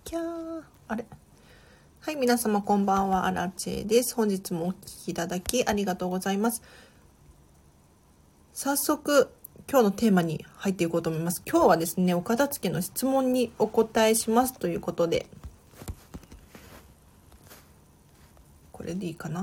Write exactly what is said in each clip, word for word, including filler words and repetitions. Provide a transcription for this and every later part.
キャーあれはい、皆様こんばんは、アラチェです。本日もお聞きいただきありがとうございます。早速今日のテーマに入っていこうと思います。今日はですね、お片付けの質問にお答えしますということで、これでいいかな。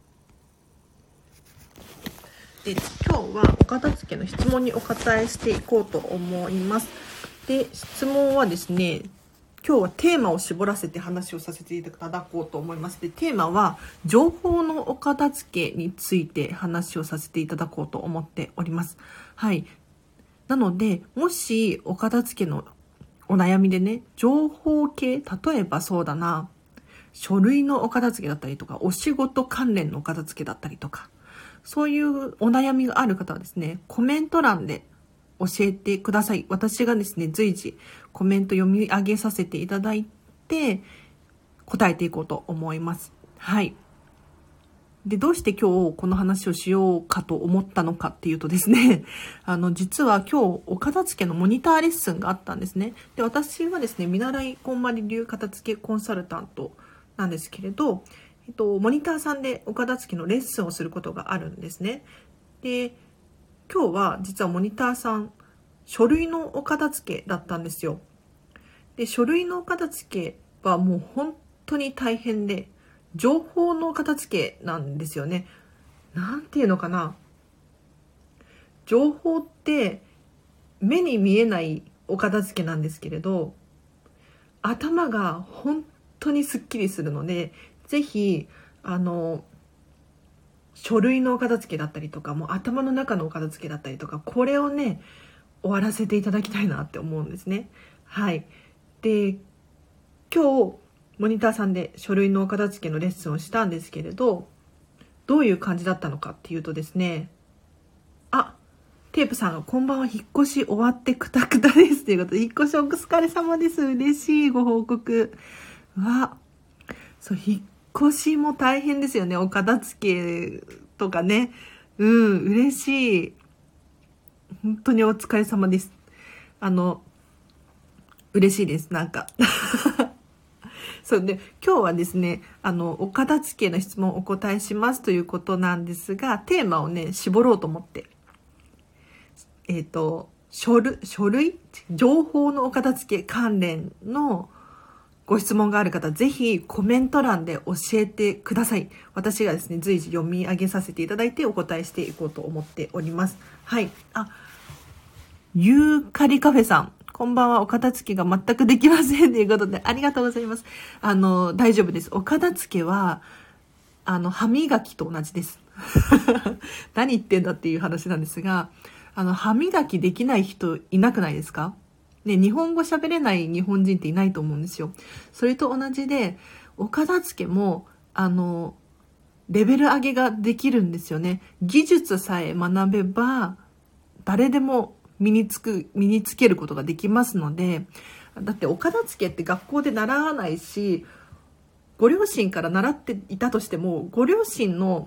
で、今日はお片付けの質問にお答えしていこうと思います。で、質問はですね、今日はテーマを絞らせて話をさせていただこうと思います。で、テーマは情報のお片付けについて話をさせていただこうと思っております。はい。なので、もしお片付けのお悩みでね、情報系、例えばそうだな、書類のお片付けだったりとか、お仕事関連のお片付けだったりとか、そういうお悩みがある方はですね、コメント欄で教えてください。私がですね、随時コメント読み上げさせていただいて、答えていこうと思います。はい。で、どうして今日この話をしようかと思ったのかっていうとですね、あの、実は今日お片付けのモニターレッスンがあったんですね。で、私はですね、見習いこんまり流片付けコンサルタントなんですけれど、えっと、モニターさんでお片付けのレッスンをすることがあるんですね。で、今日は実はモニターさん、書類のお片付けだったんですよ。で、書類のお片付けはもう本当に大変で、情報のお片付けなんですよね。なんていうのかな。情報って目に見えないお片付けなんですけれど、頭が本当にスッキリするので、ぜひ、あの、書類のお片付けだったりとか、もう頭の中のお片付けだったりとか、これをね、終わらせていただきたいなって思うんですね。はい。で、今日、モニターさんで書類のお片付けのレッスンをしたんですけれど、どういう感じだったのかっていうとですね、あ、テープさんがこんばんは、引っ越し終わってクタクタですということで、引っ越しお疲れ様です。嬉しいご報告。わ、そう、引っ越しも大変ですよね。お片付けとかね。うん、嬉しい。本当にお疲れ様です。あの、嬉しいです。なんか。そうで、今日はですね、あの、お片付けの質問をお答えしますということなんですが、テーマをね、絞ろうと思って。えっと、書類、書類情報のお片付け関連のご質問がある方、ぜひコメント欄で教えてください。私がですね、随時読み上げさせていただいてお答えしていこうと思っております。はい。あ、ユーカリカフェさん。こんばんは。お片付けが全くできませんということで、ありがとうございます。あの、大丈夫です。お片付けは、あの、歯磨きと同じです。何言ってんだっていう話なんですが、あの、歯磨きできない人いなくないですか？ね、日本語喋れない日本人っていないと思うんですよ。それと同じで、お片付けも、あの、レベル上げができるんですよね。技術さえ学べば、誰でも身につく、身につけることができますので、だってお片付けって学校で習わないし、ご両親から習っていたとしても、ご両親の、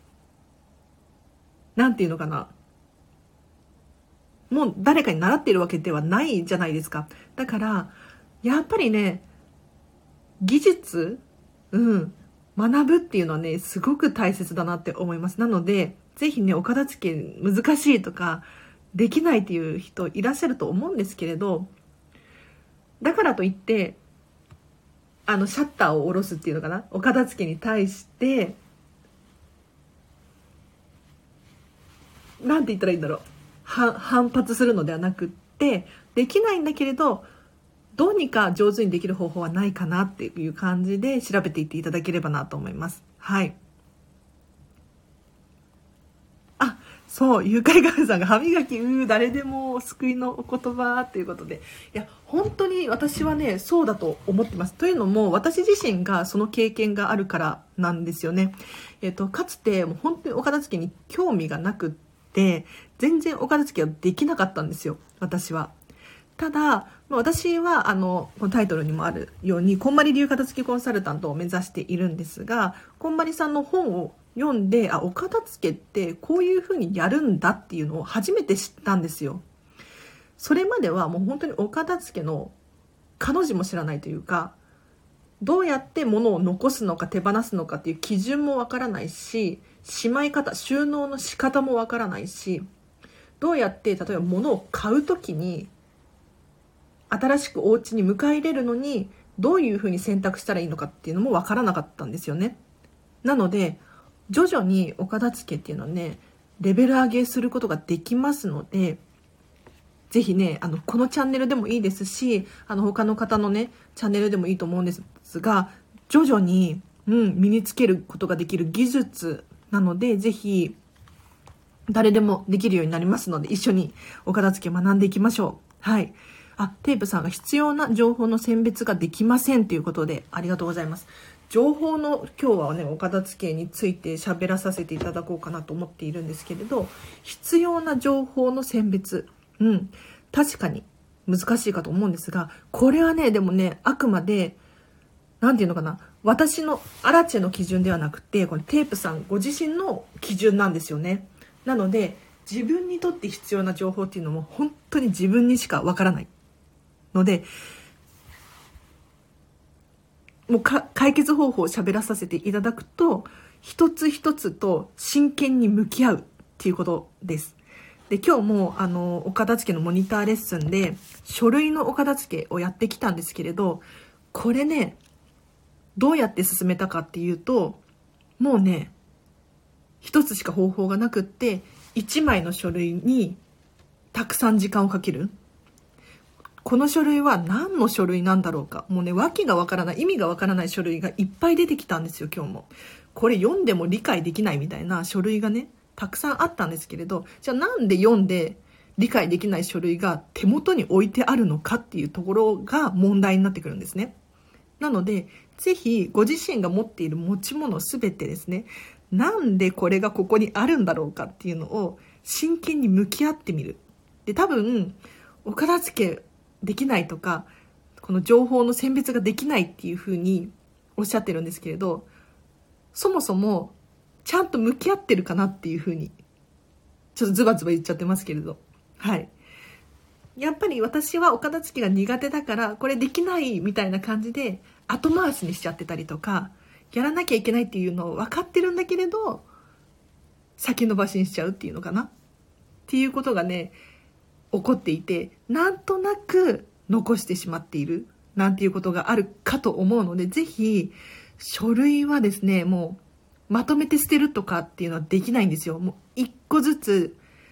なんていうのかな、もう誰かに習っているわけではないじゃないですか。だから、やっぱりね、技術、うん、学ぶっていうのはね、すごく大切だなって思います。なので、ぜひね、お片付け難しいとか、できないっていう人いらっしゃると思うんですけれど、だからといって、あの、シャッターを下ろすっていうのかな、お片付けに対して、なんて言ったらいいんだろう。反発するのではなくって、できないんだけれど、どうにか上手にできる方法はないかなっていう感じで調べていっていただければなと思います。はい。あ、そう、ゆかいガフさんが歯磨き、うー、誰でも救いのお言葉っていうことで。いや、本当に私はね、そうだと思ってます。というのも、私自身がその経験があるからなんですよね。えっと、かつて、もう本当にお片付けに興味がなくって、全然お片付けはできなかったんですよ、私は。ただ、私は、あの、このタイトルにもあるように、こんまり流片付けコンサルタントを目指しているんですが、こんまりさんの本を読んで、あ、お片付けってこういうふうにやるんだっていうのを初めて知ったんですよ。それまではもう本当にお片付けのかの字も知らないというか、どうやって物を残すのか手放すのかっていう基準もわからないし、しまい方、収納の仕方もわからないし、どうやって例えば物を買うときに新しくお家に迎え入れるのにどういうふうに選択したらいいのかっていうのもわからなかったんですよね。なので徐々にお片付けっていうのはね、レベル上げすることができますので、ぜひね、あのこのチャンネルでもいいですし、あの他の方のねチャンネルでもいいと思うんですが、徐々に、うん、身につけることができる技術なので、ぜひ誰でもできるようになりますので、一緒にお片付け学んでいきましょう。はい。あ、テープさんが必要な情報の選別ができませんということで、ありがとうございます。情報の今日はね、お片付けについて喋らさせていただこうかなと思っているんですけれど、必要な情報の選別。うん。確かに難しいかと思うんですが、これはね、でもね、あくまで、なんていうのかな、私のアラチェの基準ではなくて、このテープさんご自身の基準なんですよね。なので、自分にとって必要な情報っていうのも本当に自分にしかわからないので、もうか解決方法を喋らさせていただくと、一つ一つと真剣に向き合うっていうことです。で、今日もあのお片付けのモニターレッスンで書類のお片付けをやってきたんですけれど、これね、どうやって進めたかっていうと、もうね、一つしか方法がなくって、一枚の書類にたくさん時間をかける。この書類は何の書類なんだろうか。もうね、訳がわからない、意味がわからない書類がいっぱい出てきたんですよ、今日も。これ読んでも理解できないみたいな書類がね、たくさんあったんですけれど、じゃあなんで読んで理解できない書類が手元に置いてあるのかっていうところが問題になってくるんですね。なので、ぜひご自身が持っている持ち物すべてですね、なんでこれがここにあるんだろうかっていうのを真剣に向き合ってみる。で、多分、お片付けできないとか、この情報の選別ができないっていうふうにおっしゃってるんですけれど、そもそもちゃんと向き合ってるかなっていうふうに、ちょっとズバズバ言っちゃってますけれど。はい。やっぱり私はお片付けが苦手だから、これできないみたいな感じで後回しにしちゃってたりとか、やらなきゃいけないっていうのを分かってるんだけれど、先延ばしにしちゃうっていうのかなっていうことがね、起こっていて、なんとなく残してしまっているなんていうことがあるかと思うので、ぜひ書類はですね、もうまとめて捨てるとかっていうのはできないんですよ。もう一個ずつ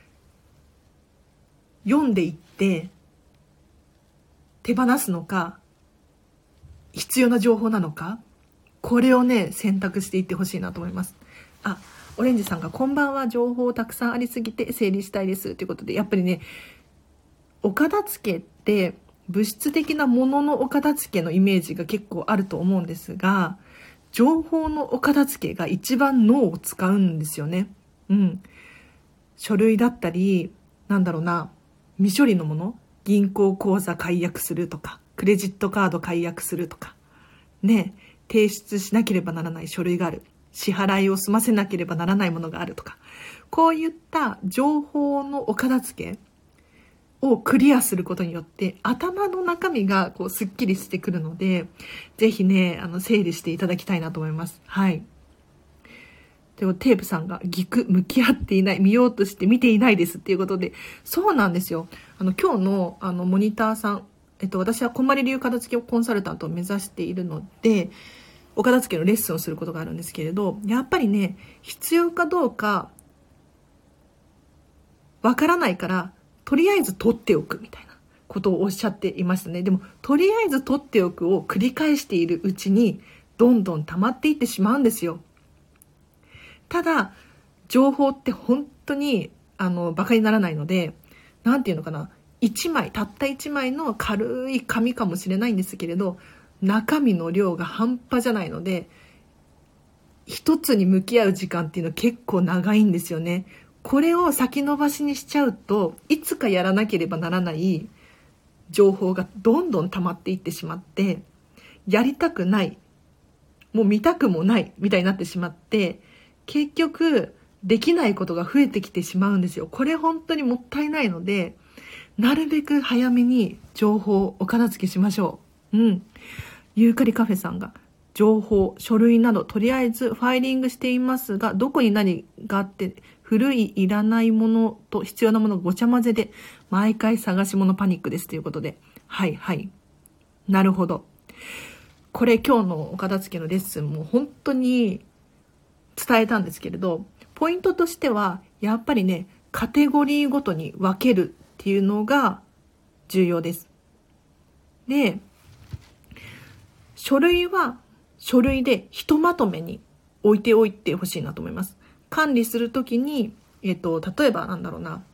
読んでいって手放すのか、必要な情報なのか、これをね、選択していってほしいなと思います。あ、オレンジさんがこんばんは、情報たくさんありすぎて整理したいですということで、やっぱりね、お片付けって物質的なもののお片付けのイメージが結構あると思うんですが、情報のお片付けが一番脳を使うんですよね。うん。書類だったり、なんだろうな、未処理のもの、銀行口座解約するとか、クレジットカード解約するとか、ね、提出しなければならない書類がある。支払いを済ませなければならないものがあるとか、こういった情報のお片付けをクリアすることによって頭の中身がこうスッキリしてくるので、ぜひね、あの整理していただきたいなと思います。はい。でもテープさんがギク向き合っていない、見ようとして見ていないですっていうことで、そうなんですよ。あの今日のあのモニターさん、えっと私はこんまり流片付けコンサルタントを目指しているので、お片付けのレッスンをすることがあるんですけれど、やっぱりね、必要かどうかわからないから、とりあえず取っておくみたいなことをおっしゃっていましたね。でも、とりあえず取っておくを繰り返しているうちに、どんどん溜まっていってしまうんですよ。ただ、情報って本当に、あの、馬鹿にならないので、なんていうのかな、一枚、たった一枚の軽い紙かもしれないんですけれど、中身の量が半端じゃないので、一つに向き合う時間っていうのは結構長いんですよね。これを先延ばしにしちゃうと、いつかやらなければならない情報がどんどん溜まっていってしまって、やりたくない、もう見たくもないみたいになってしまって、結局できないことが増えてきてしまうんですよ。これ本当にもったいないので、なるべく早めに情報をお片付けしましょう。 うん。ユーカリカフェさんが、情報、書類など、とりあえずファイリングしていますが、どこに何があって、古いいらないものと必要なものがごちゃ混ぜで、毎回探し物パニックですということで。はいはい。なるほど。これ今日のお片付けのレッスンも本当に伝えたんですけれど、ポイントとしては、やっぱりね、カテゴリーごとに分けるっていうのが重要です。で、書類は書類でひとまとめに置いておいてほしいなと思います。管理するときに、えっと、例えばなんだろうな、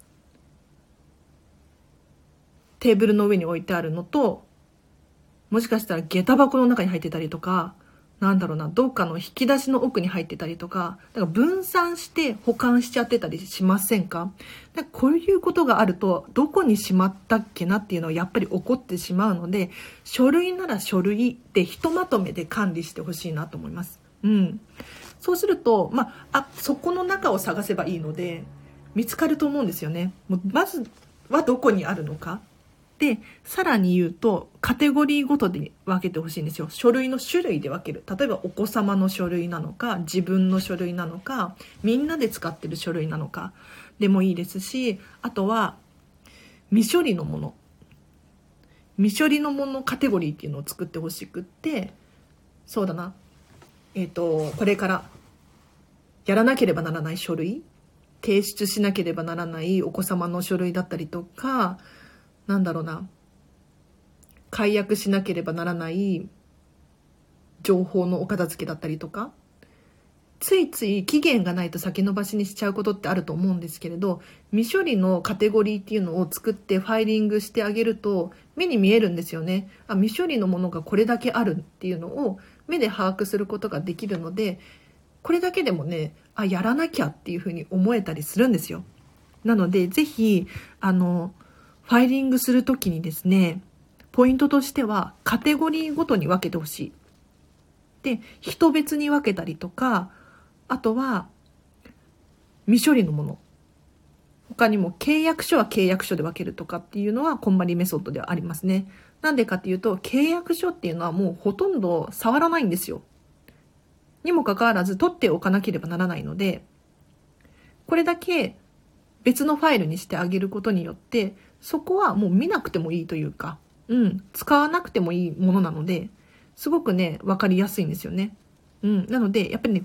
テーブルの上に置いてあるのと、もしかしたら下駄箱の中に入ってたりとか、なんだろうな、どっかの引き出しの奥に入ってたりとか、だから分散して保管しちゃってたりしませんか？だからこういうことがあると、どこにしまったっけなっていうのはやっぱり起こってしまうので、書類なら書類でひとまとめで管理してほしいなと思います。うん。そうすると、まあ、あ、そこの中を探せばいいので、見つかると思うんですよね。もうまずはどこにあるのか。で、さらに言うと、カテゴリーごとで分けてほしいんですよ。書類の種類で分ける。例えば、お子様の書類なのか、自分の書類なのか、みんなで使ってる書類なのか、でもいいですし、あとは、未処理のもの。未処理のものカテゴリーっていうのを作ってほしくって、そうだな。えっと、これから、やらなければならない書類、提出しなければならないお子様の書類だったりとか、なんだろうな、解約しなければならない情報のお片付けだったりとか、ついつい期限がないと先延ばしにしちゃうことってあると思うんですけれど、未処理のカテゴリーっていうのを作ってファイリングしてあげると目に見えるんですよね。あ、未処理のものがこれだけあるっていうのを目で把握することができるので、これだけでもね、あ、やらなきゃっていうふうに思えたりするんですよ。なので、ぜひ、あの、ファイリングするときにですね、ポイントとしては、カテゴリーごとに分けてほしい。で、人別に分けたりとか、あとは、未処理のもの。他にも、契約書は契約書で分けるとかっていうのは、こんまりメソッドではありますね。なんでかっていうと、契約書っていうのはもうほとんど触らないんですよ。にもかかわらず、取っておかなければならないので、これだけ別のファイルにしてあげることによって、そこはもう見なくてもいいというか、うん、使わなくてもいいものなので、すごくね、わかりやすいんですよね。うん、なので、やっぱりね、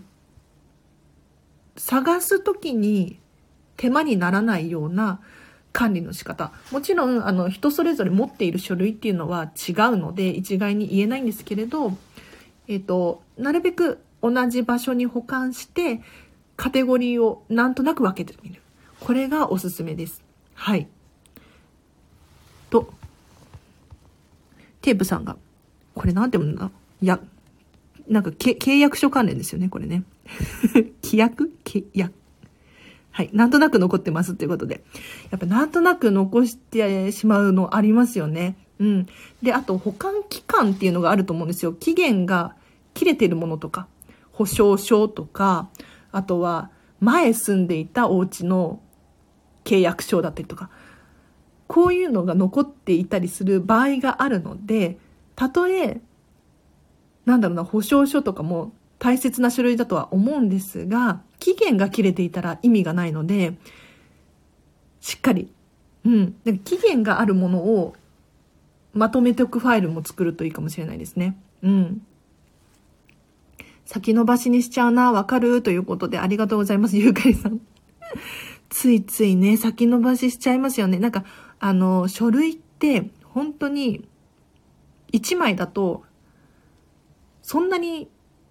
探すときに手間にならないような管理の仕方。もちろん、あの、人それぞれ持っている書類っていうのは違うので、一概に言えないんですけれど、えっと、なるべく同じ場所に保管して、カテゴリーをなんとなく分けてみる。これがおすすめです。はい。と、テープさんが、これなんて読むんだ？いや、なんか契約書関連ですよね、これね。規約契約。はい。なんとなく残ってますということで。やっぱなんとなく残してしまうのありますよね。うん。で、あと保管期間っていうのがあると思うんですよ。期限が切れてるものとか、保証書とか、あとは前住んでいたお家の契約書だったりとか、こういうのが残っていたりする場合があるので、たとえ、なんだろうな、保証書とかも大切な書類だとは思うんですが、期限が切れていたら意味がないので、しっかり、うん、期限があるものをまとめておくファイルも作るといいかもしれないですね。うん。先延ばしにしちゃうな、わかるということでありがとうございます、ゆうかりさん。ついついね、先延ばししちゃいますよね。なんか、あの、書類って本当にいちまいだとそんなに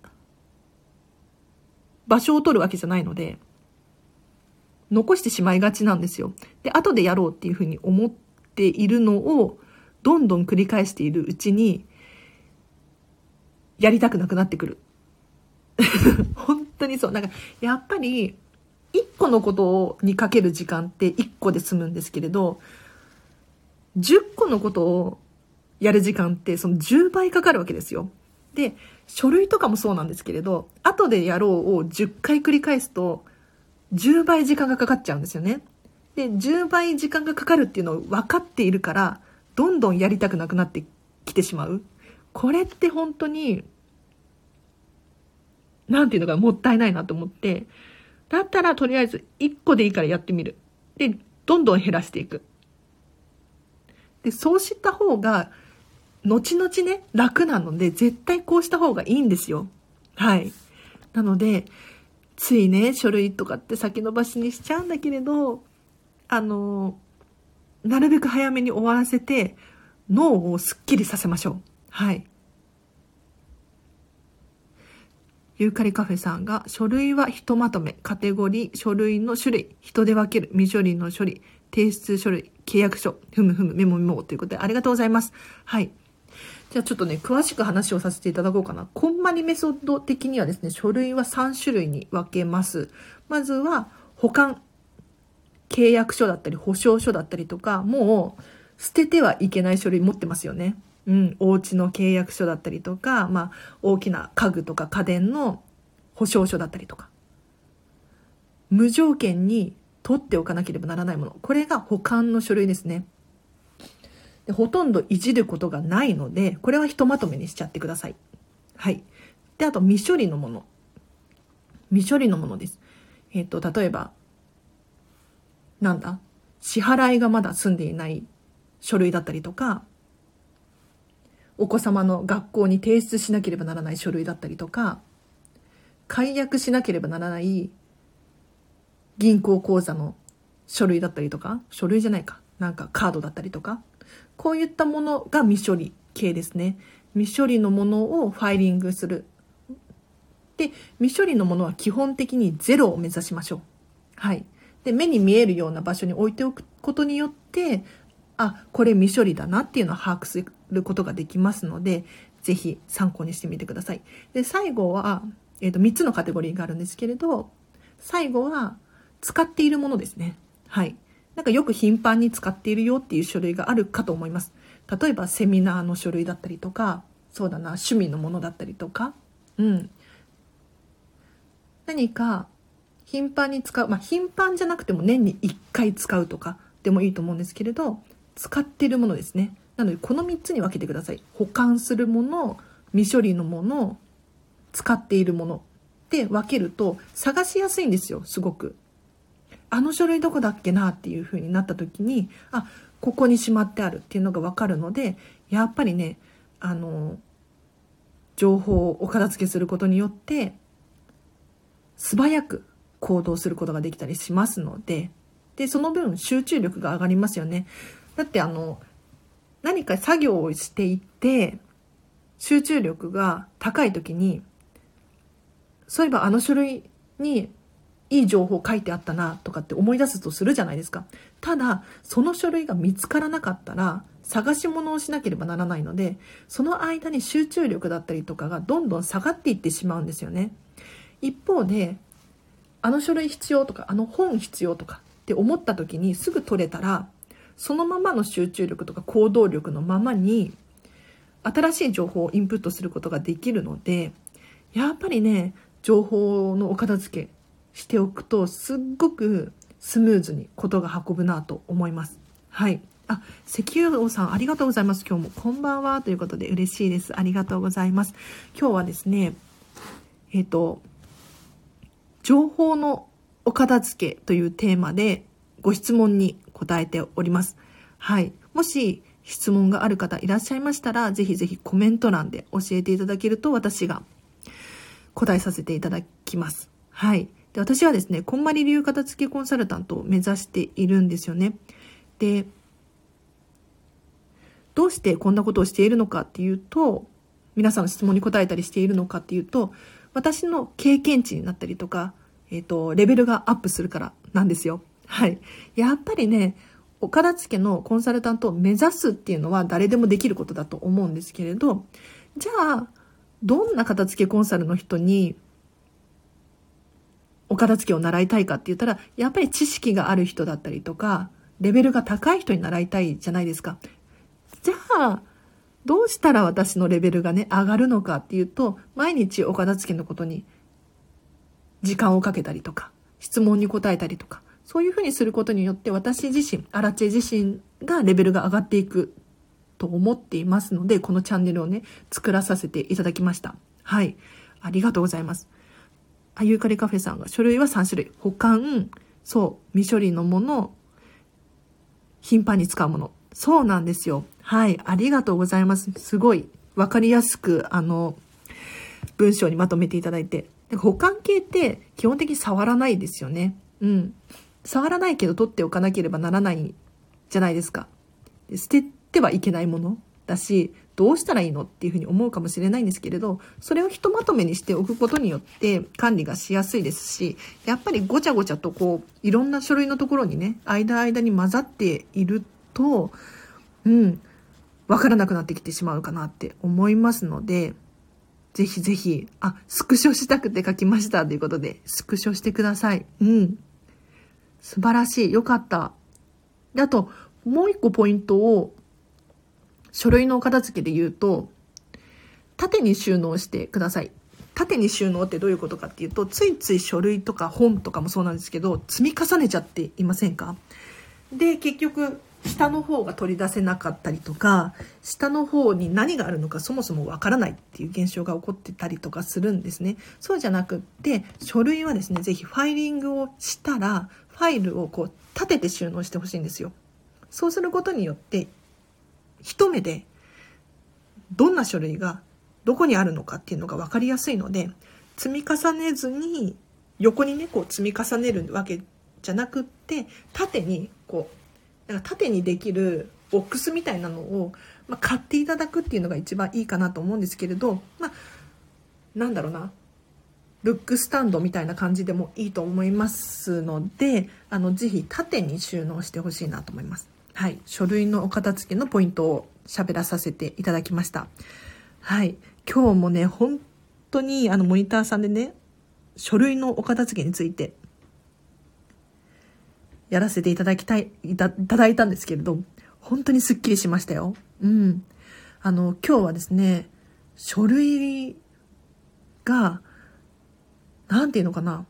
場所を取るわけじゃないので、残してしまいがちなんですよ。で、後でやろうっていうふうに思っているのを、どんどん繰り返しているうちに、やりたくなくなってくる。本当にそう。なんか、やっぱり、一個のことにかける時間って一個で済むんですけれど、十個のことをやる時間ってそのじゅうばいかかるわけですよ。で、書類とかもそうなんですけれど、後でやろうをじゅっかい繰り返すと、じゅうばい時間がかかっちゃうんですよね。で、じゅうばい時間がかかるっていうのを分かっているから、どんどんやりたくなくなってきてしまう。 これって本当に、なんていうのかもったいないなと思って、だったらとりあえずいっこでいいからやってみる。で、どんどん減らしていく。で、そうした方が、後々ね、楽なので、絶対こうした方がいいんですよ。はい。なので、ついね、書類とかって先延ばしにしちゃうんだけれど、あの、なるべく早めに終わらせて、脳をすっきりさせましょう。はい。ユーカリカフェさんが、書類はひとまとめ、カテゴリー、書類の種類、人で分ける、未処理の処理、提出書類、契約書、ふむふむ、メモメモということでありがとうございます。はい。じゃあちょっとね、詳しく話をさせていただこうかな。こんまりメソッド的にはですね、書類はさん種類に分けます。まずは、保管、契約書だったり、保証書だったりとか、もう捨ててはいけない書類持ってますよね。うん、お家の契約書だったりとか、まあ、大きな家具とか家電の保証書だったりとか。無条件に取っておかなければならないもの。これが保管の書類ですね。で、ほとんどいじることがないので、これはひとまとめにしちゃってください。はい。で、あと未処理のもの。未処理のものです。えっと、例えば、なんだ支払いがまだ済んでいない書類だったりとか、お子様の学校に提出しなければならない書類だったりとか、解約しなければならない銀行口座の書類だったりとか、書類じゃないか、なんかカードだったりとか、こういったものが未処理系ですね。未処理のものをファイリングする。で、未処理のものは基本的にゼロを目指しましょう。はい。で、目に見えるような場所に置いておくことによって、あ、これ未処理だなっていうのを把握することができますので、ぜひ参考にしてみてください。で、最後は、えっと、みっつのカテゴリーがあるんですけれど、最後は使っているものですね。はい。なんかよく頻繁に使っているよっていう書類があるかと思います。例えばセミナーの書類だったりとか、そうだな、趣味のものだったりとか、うん。何か頻繁に使う、まあ頻繁じゃなくても年にいっかい使うとかでもいいと思うんですけれど、使っているものですね。なのでこのみっつに分けてください。保管するもの、未処理のもの、使っているもので分けると探しやすいんですよ、すごく。あの書類どこだっけなっていう風になった時に、あ、ここにしまってあるっていうのが分かるので、やっぱりね、あの、情報をお片付けすることによって、素早く行動することができたりしますので、で、その分集中力が上がりますよね。だってあの、何か作業をしていて、集中力が高い時に、そういえばあの書類にいい情報書いてあったなとかって思い出すとするじゃないですか。ただ、その書類が見つからなかったら、探し物をしなければならないので、その間に集中力だったりとかがどんどん下がっていってしまうんですよね。一方で、あの書類必要とか、あの本必要とかって思った時にすぐ取れたら、そのままの集中力とか行動力のままに、新しい情報をインプットすることができるので、やっぱりね、情報のお片付けしておくと、すっごくスムーズにことが運ぶなと思います。はい。あ、石油王さんありがとうございます。今日もこんばんはということで嬉しいです。ありがとうございます。今日はですね、えっと、情報のお片付けというテーマでご質問に答えております。はい。もし質問がある方いらっしゃいましたら、ぜひぜひコメント欄で教えていただけると私が答えさせていただきます。はい。で、私はですね、こんまり流片付けコンサルタントを目指しているんですよね。で、どうしてこんなことをしているのかっていうと、皆さんの質問に答えたりしているのかっていうと、私の経験値になったりとか、えっと、レベルがアップするからなんですよ。はい。やっぱりね、お片付けのコンサルタントを目指すっていうのは誰でもできることだと思うんですけれど、じゃあ、どんな片付けコンサルの人にお片付けを習いたいかって言ったら、やっぱり知識がある人だったりとか、レベルが高い人に習いたいじゃないですか。じゃあ、どうしたら私のレベルがね、上がるのかっていうと、毎日お片付けのことに時間をかけたりとか、質問に答えたりとか、そういうふうにすることによって私自身、アラチェ自身がレベルが上がっていくと思っていますので、このチャンネルをね、作らさせていただきました。はい。ありがとうございます。あ、ユーカリカフェさんが、書類はさんしゅるい。保管、そう、未処理のもの、頻繁に使うもの。そうなんですよ。はい。ありがとうございます。すごい、わかりやすく、あの、文章にまとめていただいて。保管系って基本的に触らないですよね。うん。触らないけど取っておかなければならないじゃないですか。で捨ててはいけないものだし、どうしたらいいのっていうふうに思うかもしれないんですけれど、それをひとまとめにしておくことによって管理がしやすいですし、やっぱりごちゃごちゃとこう、いろんな書類のところにね、間間に混ざっていると、うん、わからなくなってきてしまうかなって思いますので、ぜひぜひ、あ、スクショしたくて書きましたということで、スクショしてください。うん。素晴らしい。よかった。で、あと、もう一個ポイントを、書類のお片付けで言うと、縦に収納してください。縦に収納ってどういうことかっていうと、ついつい書類とか本とかもそうなんですけど、積み重ねちゃっていませんか？で、結局、下の方が取り出せなかったりとか、下の方に何があるのかそもそもわからないっていう現象が起こってたりとかするんですね。そうじゃなくって、書類はですね、ぜひファイリングをしたら、ファイルをこう立てて収納してほしいんですよ。そうすることによって、一目でどんな書類がどこにあるのかっていうのが分かりやすいので、積み重ねずに横にね、こう積み重ねるわけじゃなくって、縦にこう、だから縦にできるボックスみたいなのを、まあ、買っていただくっていうのが一番いいかなと思うんですけれど、まあ、なんだろうな、ブックスタンドみたいな感じでもいいと思いますので、あの、ぜひ縦に収納してほしいなと思います。はい。書類のお片付けのポイントを喋らさせていただきました。はい。今日もね、本当にあの、モニターさんでね、書類のお片付けについて、やらせていただきたい、いた、いただいたんですけれど、本当にスッキリしましたよ。うん。あの、今日はですね、書類が、なんていうのかな。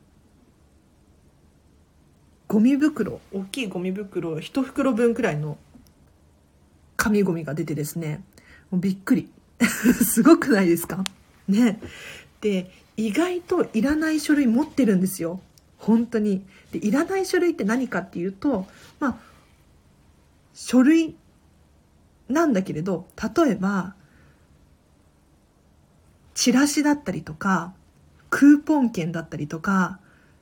ゴミ袋、大きいゴミ袋、一袋分くらいの紙ゴミが出てですね、もうびっくり。すごくないですか？ね。で、意外といらない書類持ってるんですよ。本当に。で、いらない書類って何かっていうと、まあ、書類なんだけれど、例えば、チラシだったりとか、クーポン券だったりとか、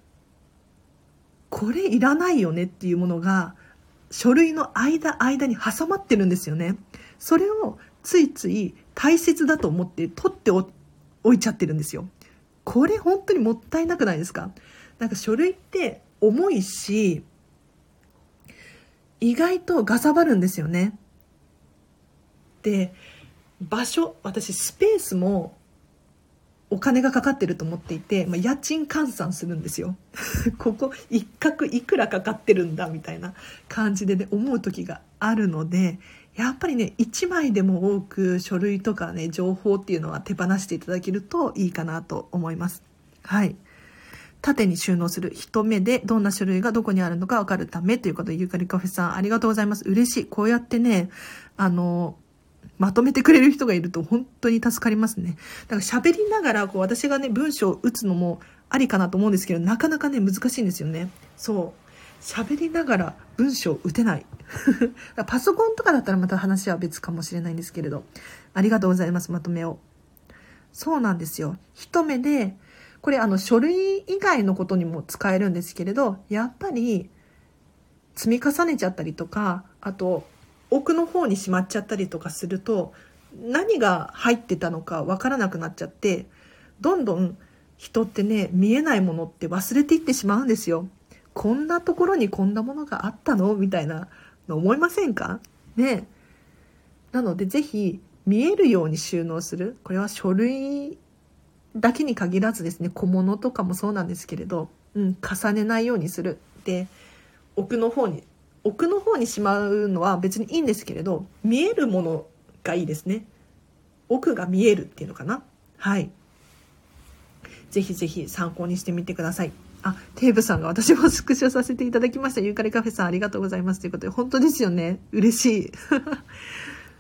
これいらないよねっていうものが、書類の間間に挟まってるんですよね。それをついつい大切だと思って取ってお置いちゃってるんですよ。これ本当にもったいなくないですか？なんか書類って重いし、意外とガサバるんですよね。で、場所、私スペースもお金がかかってると思っていて、まあ、家賃換算するんですよ。ここ一角いくらかかってるんだみたいな感じで、ね、思う時があるので、やっぱりね、一枚でも多く書類とかね、情報っていうのは手放していただけるといいかなと思います。はい。縦に収納する。一目でどんな書類がどこにあるのか分かるためということで、ユーカリカフェさんありがとうございます。嬉しい。こうやってね、あの、まとめてくれる人がいると本当に助かりますね。だから喋りながらこう私がね、文章を打つのもありかなと思うんですけど、なかなかね、難しいんですよね。そう。喋りながら文章を打てない。パソコンとかだったらまた話は別かもしれないんですけれど。ありがとうございます。まとめを。そうなんですよ。一目で、これあの書類以外のことにも使えるんですけれど、やっぱり積み重ねちゃったりとか、あと奥の方にしまっちゃったりとかすると、何が入ってたのかわからなくなっちゃって、どんどん人ってね、見えないものって忘れていってしまうんですよ。こんなところにこんなものがあったのみたいなの思いませんかね。なのでぜひ見えるように収納する。これは書類だけに限らずですね、小物とかもそうなんですけれど、うん、重ねないようにする。で、奥の方に、奥の方にしまうのは別にいいんですけれど、見えるものがいいですね。奥が見えるっていうのかな。はい。ぜひぜひ参考にしてみてください。あ、テーブさんが私もスクショさせていただきました。ユーカリカフェさんありがとうございますということで、本当ですよね。嬉しい。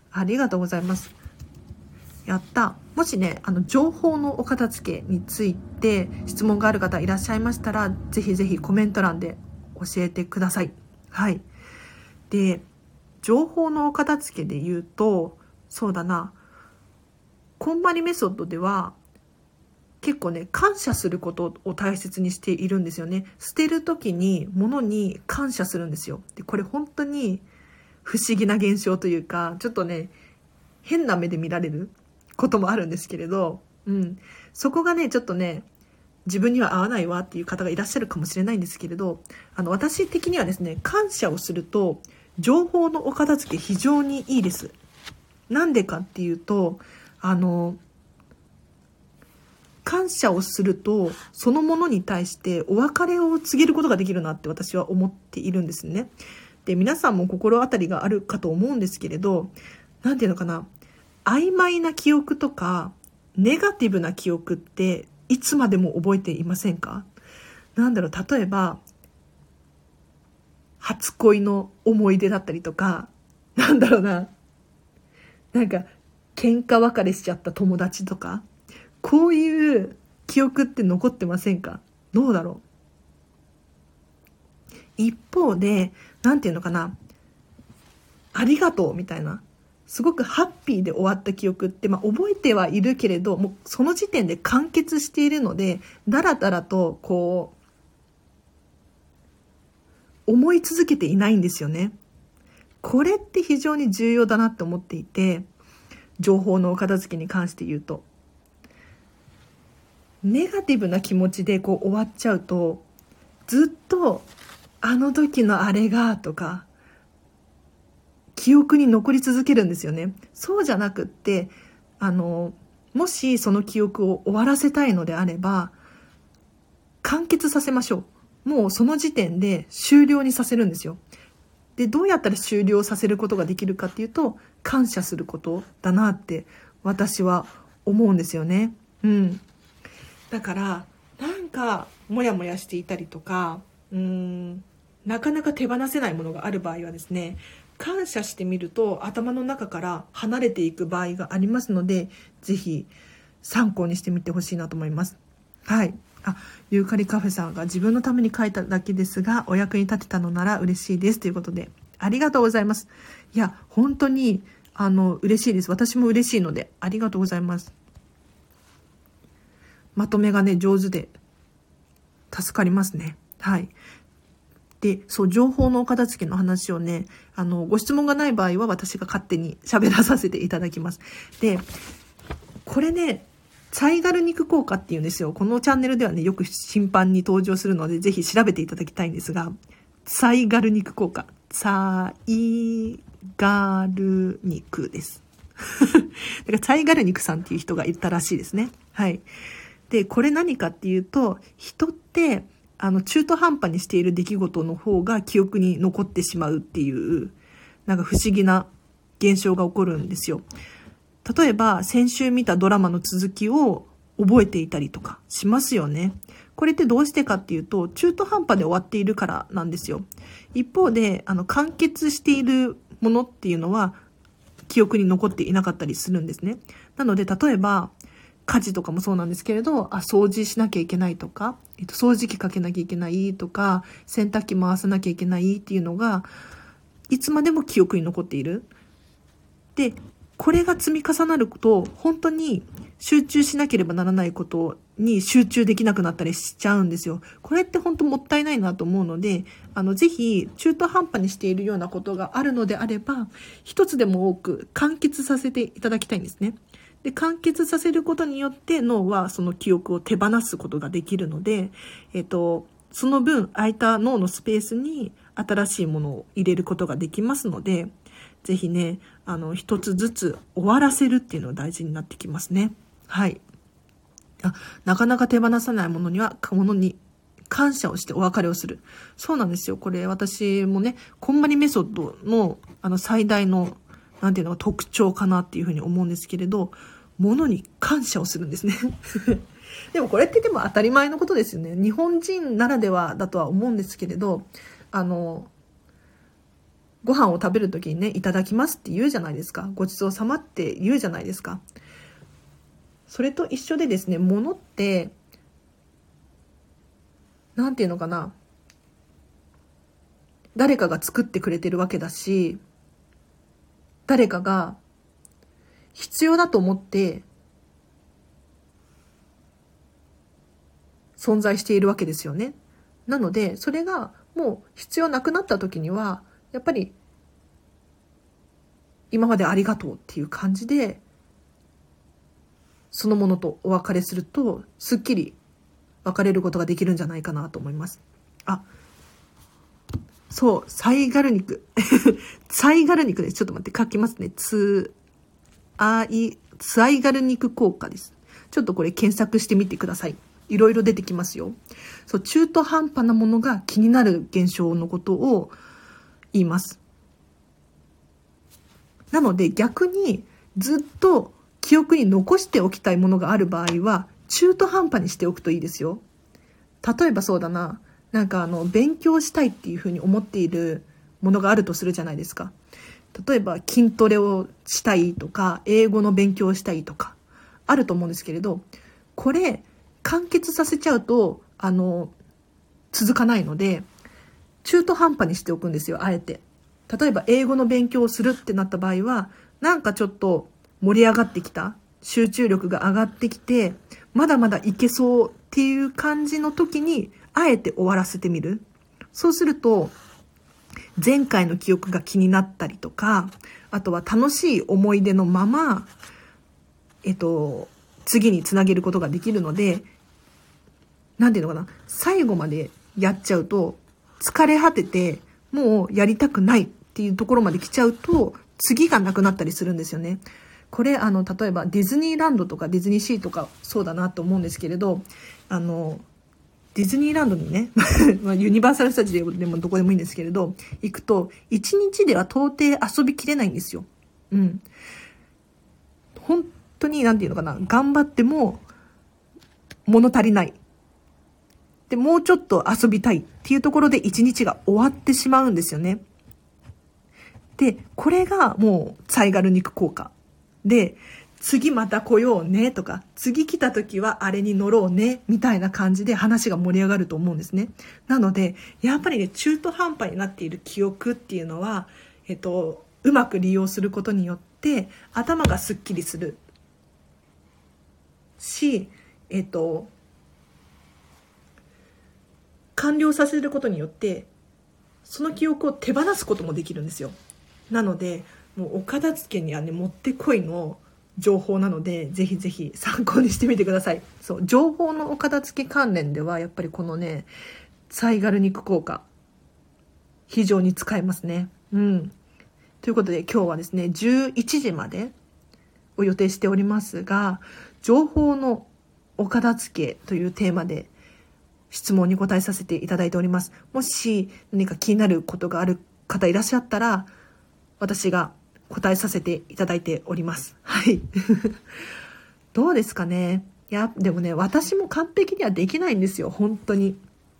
ありがとうございます。やった。もしね、あの、情報のお片付けについて質問がある方いらっしゃいましたら、ぜひぜひコメント欄で教えてください。はい。で、情報のお片付けで言うと、そうだな、こんまりメソッドでは、結構ね、感謝することを大切にしているんですよね。捨てるときに物に感謝するんですよ。で、これ本当に不思議な現象というか、ちょっとね、変な目で見られることもあるんですけれど、うん。そこがね、ちょっとね、自分には合わないわっていう方がいらっしゃるかもしれないんですけれど、あの、私的にはですね、感謝をすると、情報のお片付け非常にいいです。なんでかっていうと、あの、感謝をすると、そのものに対してお別れを告げることができるなって私は思っているんですね。で、皆さんも心当たりがあるかと思うんですけれど、なんていうのかな、曖昧な記憶とか、ネガティブな記憶っていつまでも覚えていませんか？なんだろう、例えば、初恋の思い出だったりとか、なんだろうな、なんか、喧嘩別れしちゃった友達とか、こういう記憶って残ってませんか？どうだろう。一方で、なんていうのかな、ありがとうみたいな、すごくハッピーで終わった記憶って、まあ、覚えてはいるけれど、もうその時点で完結しているので、だらだらとこう、思い続けていないんですよね。これって非常に重要だなって思っていて、情報のお片付けに関して言うと。ネガティブな気持ちでこう終わっちゃうと、ずっとあの時のあれがとか記憶に残り続けるんですよね。そうじゃなくって、あのもしその記憶を終わらせたいのであれば、完結させましょう。もうその時点で終了にさせるんですよ。で、どうやったら終了させることができるかっていうと、感謝することだなって私は思うんですよね。うん。だからなんかモヤモヤしていたりとか、うーんなかなか手放せないものがある場合はですね、感謝してみると頭の中から離れていく場合がありますので、ぜひ参考にしてみてほしいなと思います。はい。あ、ユーカリカフェさんが自分のために書いただけですがお役に立てたのなら嬉しいですということで、ありがとうございます。いや本当にあの嬉しいです。私も嬉しいのでありがとうございます。まとめがね、上手で助かりますね。はい。で、そう、情報のお片付けの話をね、あの、ご質問がない場合は私が勝手に喋らさせていただきます。で、これね、ツァイガル肉効果っていうんですよ。このチャンネルではね、よく頻繁に登場するので、ぜひ調べていただきたいんですが、ツァイガル肉効果。ツァイガル肉です。だからツァイガル肉さんっていう人がいたらしいですね。はい。で、これ何かっていうと、人って、あの、中途半端にしている出来事の方が記憶に残ってしまうっていう、なんか不思議な現象が起こるんですよ。例えば、先週見たドラマの続きを覚えていたりとかしますよね。これってどうしてかっていうと、中途半端で終わっているからなんですよ。一方で、あの、完結しているものっていうのは、記憶に残っていなかったりするんですね。なので、例えば、家事とかもそうなんですけれど、あ、掃除しなきゃいけないとか、えっと、掃除機かけなきゃいけないとか、洗濯機回さなきゃいけないっていうのが、いつまでも記憶に残っている。で、これが積み重なると、本当に集中しなければならないことに集中できなくなったりしちゃうんですよ。これって本当もったいないなと思うので、あの、ぜひ中途半端にしているようなことがあるのであれば、一つでも多く完結させていただきたいんですね。で、完結させることによって脳はその記憶を手放すことができるので、えっと、その分空いた脳のスペースに新しいものを入れることができますので、ぜひね、あの、一つずつ終わらせるっていうのが大事になってきますね。はい。あ、なかなか手放さないものには、ものに感謝をしてお別れをする。そうなんですよ。これ私もね、こんまりメソッドの、あの、最大のなんていうのが特徴かなっていうふうに思うんですけれど、物に感謝をするんですね。でもこれってでも当たり前のことですよね。日本人ならではだとは思うんですけれど、あの、 ご飯を食べるときにね、いただきますって言うじゃないですか。ごちそうさまって言うじゃないですか。それと一緒でですね、物って、なんていうのかな。誰かが作ってくれてるわけだし、誰かが必要だと思って存在しているわけですよね。なので、それがもう必要なくなった時には、やっぱり今までありがとうっていう感じで、そのものとお別れすると、すっきり別れることができるんじゃないかなと思います。あ、そう、サイガル肉。サイガル肉です。ちょっと待って、書きますね。つ、あい、サイガル肉効果です。ちょっとこれ検索してみてください。いろいろ出てきますよ。そう、中途半端なものが気になる現象のことを言います。なので逆にずっと記憶に残しておきたいものがある場合は、中途半端にしておくといいですよ。例えばそうだな、なんかあの、勉強したいっていうふうに思っているものがあるとするじゃないですか。例えば筋トレをしたいとか、英語の勉強をしたいとか、あると思うんですけれど、これ、完結させちゃうと、あの、続かないので、中途半端にしておくんですよ、あえて。例えば英語の勉強をするってなった場合は、なんかちょっと盛り上がってきた、集中力が上がってきて、まだまだいけそうっていう感じの時に、あえて終わらせてみる。そうすると、前回の記憶が気になったりとか、あとは楽しい思い出のまま、えっと、次につなげることができるので、なんていうのかな、最後までやっちゃうと、疲れ果てて、もうやりたくないっていうところまで来ちゃうと、次がなくなったりするんですよね。これ、あの、例えばディズニーランドとかディズニーシーとかそうだなと思うんですけれど、あの、ディズニーランドにね、ユニバーサルスタジオでもどこでもいいんですけれど、行くと、一日では到底遊びきれないんですよ。うん。本当に、なんていうのかな、頑張っても、物足りない。で、もうちょっと遊びたいっていうところで一日が終わってしまうんですよね。で、これがもう、サイガル肉効果。で、次また来ようねとか、次来た時はあれに乗ろうね、みたいな感じで話が盛り上がると思うんですね。なので、やっぱりね、中途半端になっている記憶っていうのは、えっと、うまく利用することによって、頭がスッキリするし、えっと、完了させることによって、その記憶を手放すこともできるんですよ。なので、もうお片付けにはね、もってこいの情報なので、ぜひぜひ参考にしてみてください。そう、情報のお片付け関連では、やっぱりこのね、サイガル肉効果、非常に使えますね。うん。ということで今日はですね、じゅういちじまでを予定しておりますが、情報のお片付けというテーマで質問に答えさせていただいております。もし何か気になることがある方いらっしゃったら、私が答えさせていただいております。はい。どうですかね。いや、でもね、私も完璧にはできないんですよ、本当に。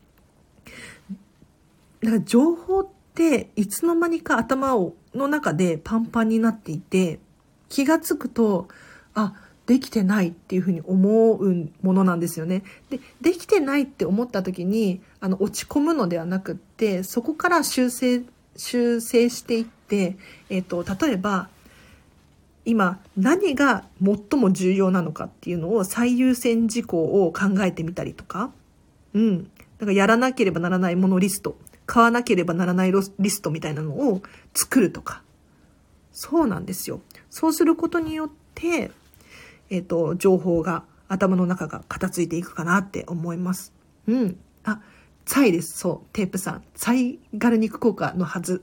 だから情報っていつの間にか頭をの中でパンパンになっていて、気がつくと、あ、できてないっていうふうに思うものなんですよね。で、できてないって思った時に、あの、落ち込むのではなくって、そこから修正、修正していって、えっと、例えば、今何が最も重要なのかっていうのを最優先事項を考えてみたりとか、うん。だからやらなければならないものリスト、買わなければならないリストみたいなのを作るとか。そうなんですよ。そうすることによって、えっと、情報が、頭の中が片付いていくかなって思います。うん。あ、サイです。そう。テープさん。サイガル肉効果のはず。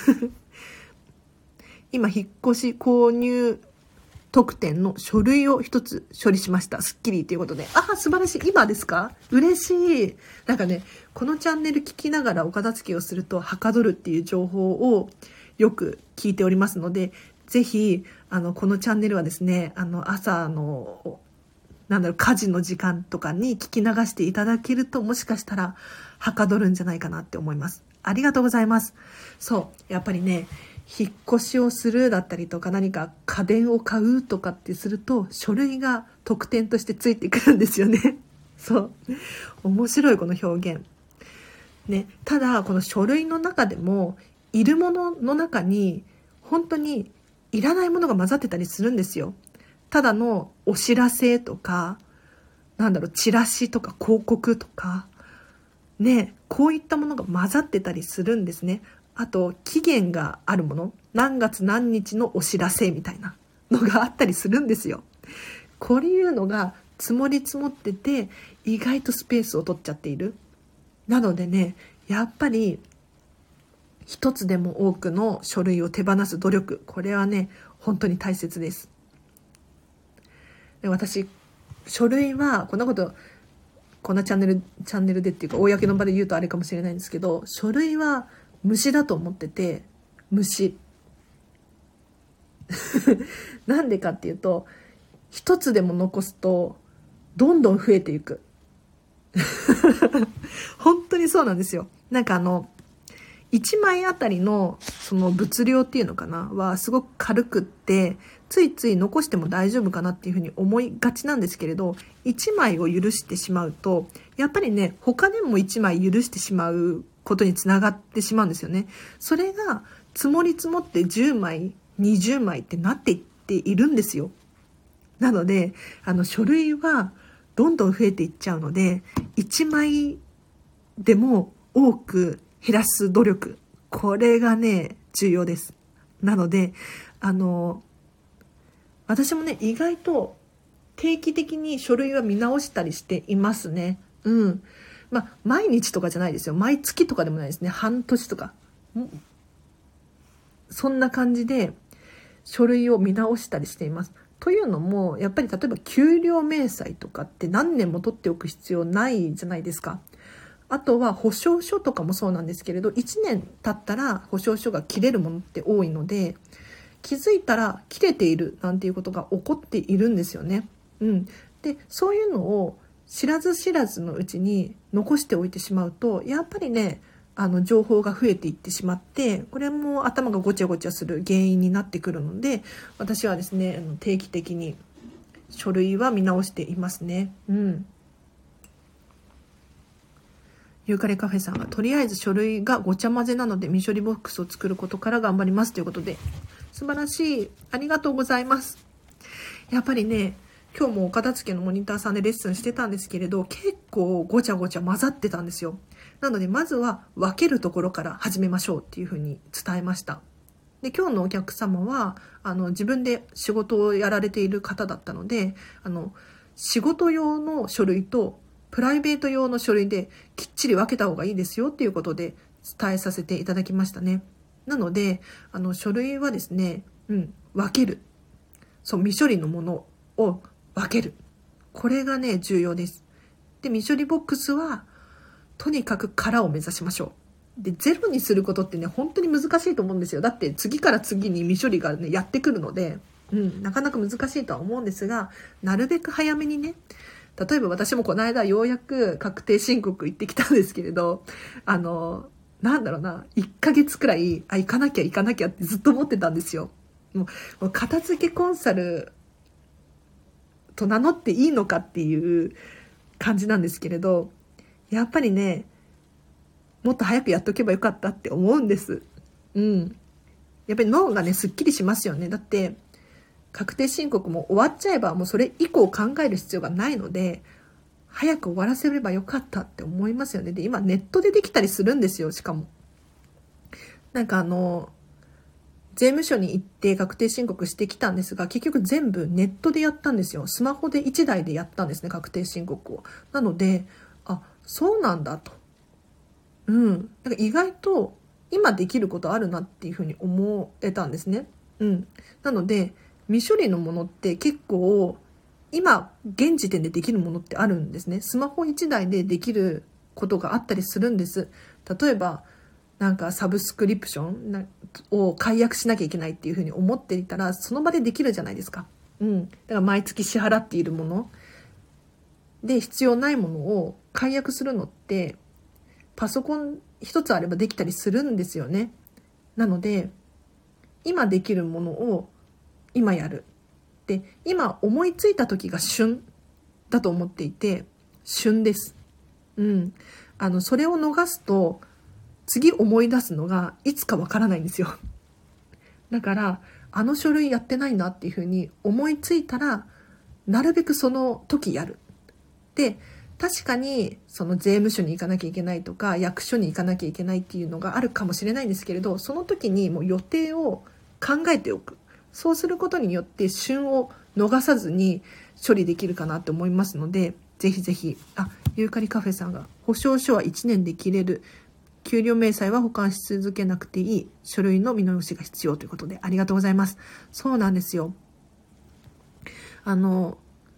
今、引っ越し購入特典の書類を一つ処理しました。スッキリということで。あ、素晴らしい。今ですか？嬉しい。なんかね、このチャンネル聞きながらお片付けをするとはかどるっていう情報をよく聞いておりますので、ぜひ、あの、このチャンネルはですね、あの、朝の、なんだろう、家事の時間とかに聞き流していただけると、もしかしたらはかどるんじゃないかなって思います。 ありがとうございます。そう、やっぱりね、引っ越しをするだったりとか、何か家電を買うとかってすると、書類が特典としてついてくるんですよね。そう。面白いこの表現。ね、ただ、この書類の中でも、いるものの中に、本当にいらないものが混ざってたりするんですよ。ただのお知らせとか、なんだろう、チラシとか広告とか、ね、こういったものが混ざってたりするんですね。あと、期限があるもの、何月何日のお知らせみたいなのがあったりするんですよ。こういうのが積もり積もってて、意外とスペースを取っちゃっている。なのでね、やっぱり、一つでも多くの書類を手放す努力、これはね、本当に大切です。で、私、書類は、こんなこと、こんなチャンネル、チャンネルでっていうか、公の場で言うとあれかもしれないんですけど、書類は虫だと思ってて、虫。なんでかっていうと、一つでも残すと、どんどん増えていく。本当にそうなんですよ。なんかあの、いちまいあたりのその物量っていうのかなはすごく軽くって、ついつい残しても大丈夫かなっていうふうに思いがちなんですけれど、いちまいを許してしまうと、やっぱりね、他でもいちまい許してしまうことにつながってしまうんですよね。それが積もり積もってじゅうまい、にじゅうまいってなっていっているんですよ。なので、あの書類はどんどん増えていっちゃうので、いちまいでも多く減らす努力、これがね、重要です。なので、あの、私もね、意外と定期的に書類は見直したりしていますね。うん。まあ、毎日とかじゃないですよ。毎月とかでもないですね。半年とか。そんな感じで書類を見直したりしています。というのも、やっぱり例えば給料明細とかって何年も取っておく必要ないじゃないですか。あとは保証書とかもそうなんですけれど、いちねん経ったら保証書が切れるものって多いので、気づいたら切れているなんていうことが起こっているんですよね。うん。で、そういうのを知らず知らずのうちに残しておいてしまうと、やっぱりね、あの情報が増えていってしまって、これも頭がごちゃごちゃする原因になってくるので、私はですね、定期的に書類は見直していますね。うん。ユーカレカフェさんが、とりあえず書類がごちゃ混ぜなので未処理ボックスを作ることから頑張りますということで、素晴らしい。ありがとうございます。やっぱりね、今日もお片付けのモニターさんでレッスンしてたんですけれど、結構ごちゃごちゃ混ざってたんですよ。なのでまずは分けるところから始めましょうっていうふうに伝えました。で、今日のお客様はあの自分で仕事をやられている方だったので、あの仕事用の書類とプライベート用の書類できっちり分けた方がいいですよっていうことで伝えさせていただきましたね。なので、あの書類はですね、うん、分ける。そう、未処理のものを分ける。これがね、重要です。で、未処理ボックスは、とにかく空を目指しましょう。で、ゼロにすることってね、本当に難しいと思うんですよ。だって次から次に未処理がね、やってくるので、うん、なかなか難しいとは思うんですが、なるべく早めにね、例えば私もこの間ようやく確定申告行ってきたんですけれど、あの、なんだろうな、いっかげつくらい、あ、行かなきゃ行かなきゃってずっと思ってたんですよ。もう、もう片付けコンサルと名乗っていいのかっていう感じなんですけれど、やっぱりね、もっと早くやっとけばよかったって思うんです。うん。やっぱり脳がね、すっきりしますよね。だって、確定申告も終わっちゃえばもうそれ以降考える必要がないので、早く終わらせればよかったって思いますよね。で、今ネットでできたりするんですよ、しかも。なんかあの、税務署に行って確定申告してきたんですが、結局全部ネットでやったんですよ。スマホでいちだいでやったんですね、確定申告を。なので、あ、そうなんだと。うん。なんか意外と今できることあるなっていうふうに思えたんですね。うん。なので、未処理のものって結構、今、現時点でできるものってあるんですね。スマホいちだいでできることがあったりするんです。例えば、なんかサブスクリプションを解約しなきゃいけないっていうふうに思っていたら、その場でできるじゃないですか。うん。だから毎月支払っているもので必要ないものを解約するのって、パソコン一つあればできたりするんですよね。なので今できるものを今やる。で、今思いついた時が旬だと思っていて、旬です。うん。あの、それを逃すと、次思い出すのがいつかわからないんですよ。だから、あの書類やってないなっていうふうに思いついたら、なるべくその時やる。で、確かに、その税務署に行かなきゃいけないとか、役所に行かなきゃいけないっていうのがあるかもしれないんですけれど、その時にもう予定を考えておく。そうすることによって旬を逃さずに処理できるかなって思いますので、ぜひぜひ、あ、ユーカリカフェさんが、保証書はいちねんで切れる。給料明細は保管し続けなくていい。書類の見直しが必要ということで、ありがとうございます。そうなんですよ。あの、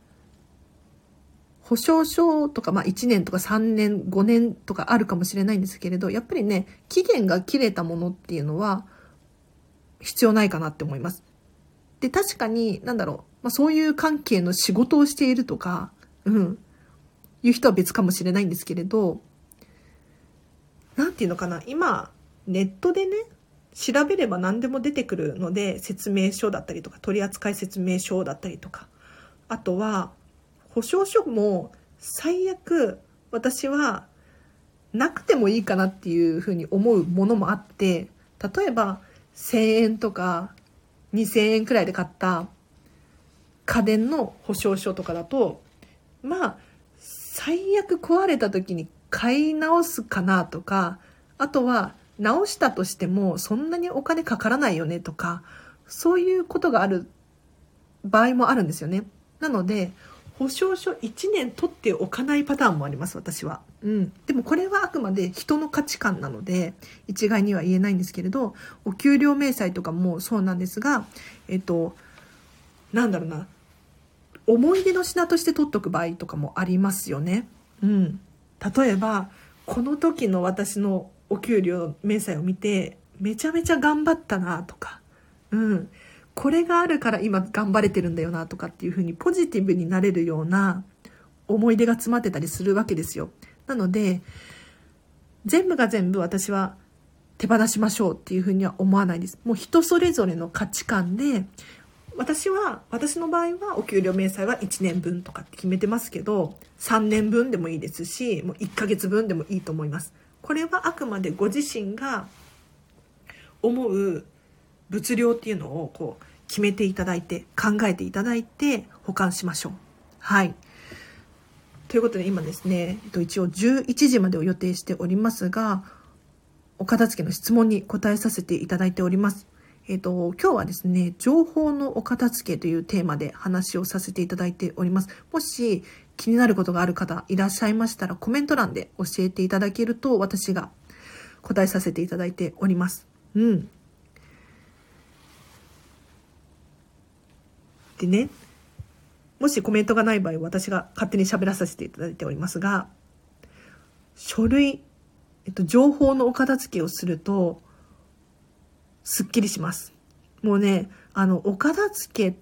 保証書とか、まあいちねんとかさんねん、ごねんとかあるかもしれないんですけれど、やっぱりね、期限が切れたものっていうのは必要ないかなって思います。で、確かに、なんだろう、まあそういう関係の仕事をしているとか、うん、いう人は別かもしれないんですけれど、なんていうのかな、今、ネットでね、調べれば何でも出てくるので、説明書だったりとか、取扱説明書だったりとか、あとは、保証書も最悪、私は、なくてもいいかなっていうふうに思うものもあって、例えば、せんえんとか、にせんえんくらいで買った家電の保証書とかだと、まあ、最悪壊れた時に買い直すかなとか、あとは直したとしてもそんなにお金かからないよねとか、そういうことがある場合もあるんですよね。なので、保証書いちねん取っておかないパターンもあります、私は。うん。でもこれはあくまで人の価値観なので、一概には言えないんですけれど、お給料明細とかもそうなんですが、えっと、なんだろうな、思い出の品として取っとく場合とかもありますよね。うん。例えば、この時の私のお給料明細を見て、めちゃめちゃ頑張ったなとか、うん。これがあるから今頑張れてるんだよなとかっていうふうにポジティブになれるような思い出が詰まってたりするわけですよ。なので、全部が全部私は手放しましょうっていうふうには思わないです。もう人それぞれの価値観で、私は、私の場合はお給料明細はいちねんぶんとかって決めてますけど、さんねんぶんでもいいですし、もういっかげつぶんでもいいと思います。これはあくまでご自身が思う物量っていうのをこう決めていただいて、考えていただいて保管しましょう。はい。ということで今ですね、えっと、一応じゅういちじまでを予定しておりますが、お片付けの質問に答えさせていただいております。えっと、今日はですね、情報のお片付けというテーマで話をさせていただいております。もし気になることがある方いらっしゃいましたらコメント欄で教えていただけると私が答えさせていただいております。うん。でね、もしコメントがない場合私が勝手に喋らさせていただいておりますが、書類、えっと、情報のお片付けをするとすっきりします。もうね、あの、お片付けって、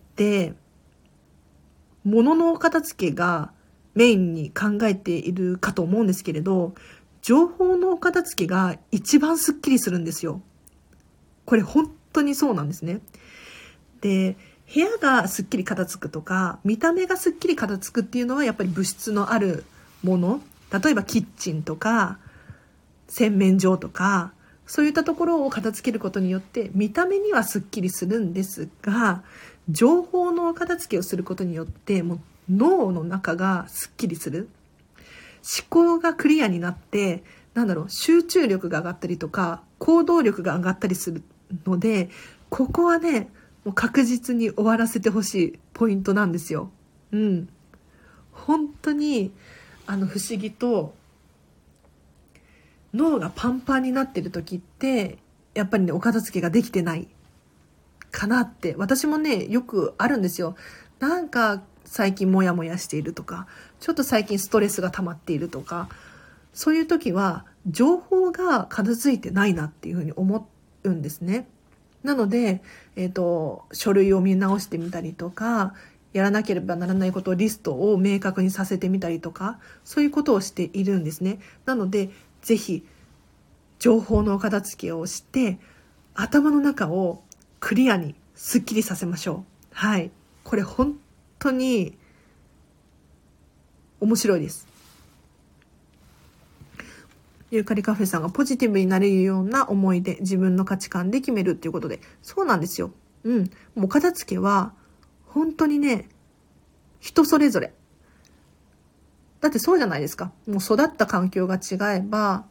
物のお片付けがメインに考えているかと思うんですけれど、情報のお片付けが一番すっきりするんですよ。これ本当にそうなんですね。で、部屋がすっきり片付くとか、見た目がすっきり片付くっていうのはやっぱり物質のあるもの。例えばキッチンとか、洗面所とか、そういったところを片付けることによって見た目にはすっきりするんですが、情報の片付けをすることによってもう脳の中がすっきりする。思考がクリアになって、なんだろう、集中力が上がったりとか、行動力が上がったりするので、ここはね、もう確実に終わらせてほしいポイントなんですよ。うん。本当に、あの、不思議と、脳がパンパンになってる時ってやっぱりねお片付けができてないかなって、私もねよくあるんですよ。なんか最近モヤモヤしているとか、ちょっと最近ストレスが溜まっているとか、そういう時は情報が片付いてないなっていうふうに思うんですね。なので、えっと、書類を見直してみたりとか、やらなければならないことをリストを明確にさせてみたりとか、そういうことをしているんですね。なのでぜひ情報のお片付けをして頭の中をクリアにすっきりさせましょう。はい。これ本当に面白いです。ユーカリカフェさんがポジティブになれるような思いで自分の価値観で決めるっていうことで、そうなんですよ。うん。もう片付けは本当にね、人それぞれ。だってそうじゃないですか。もう育った環境が違えば、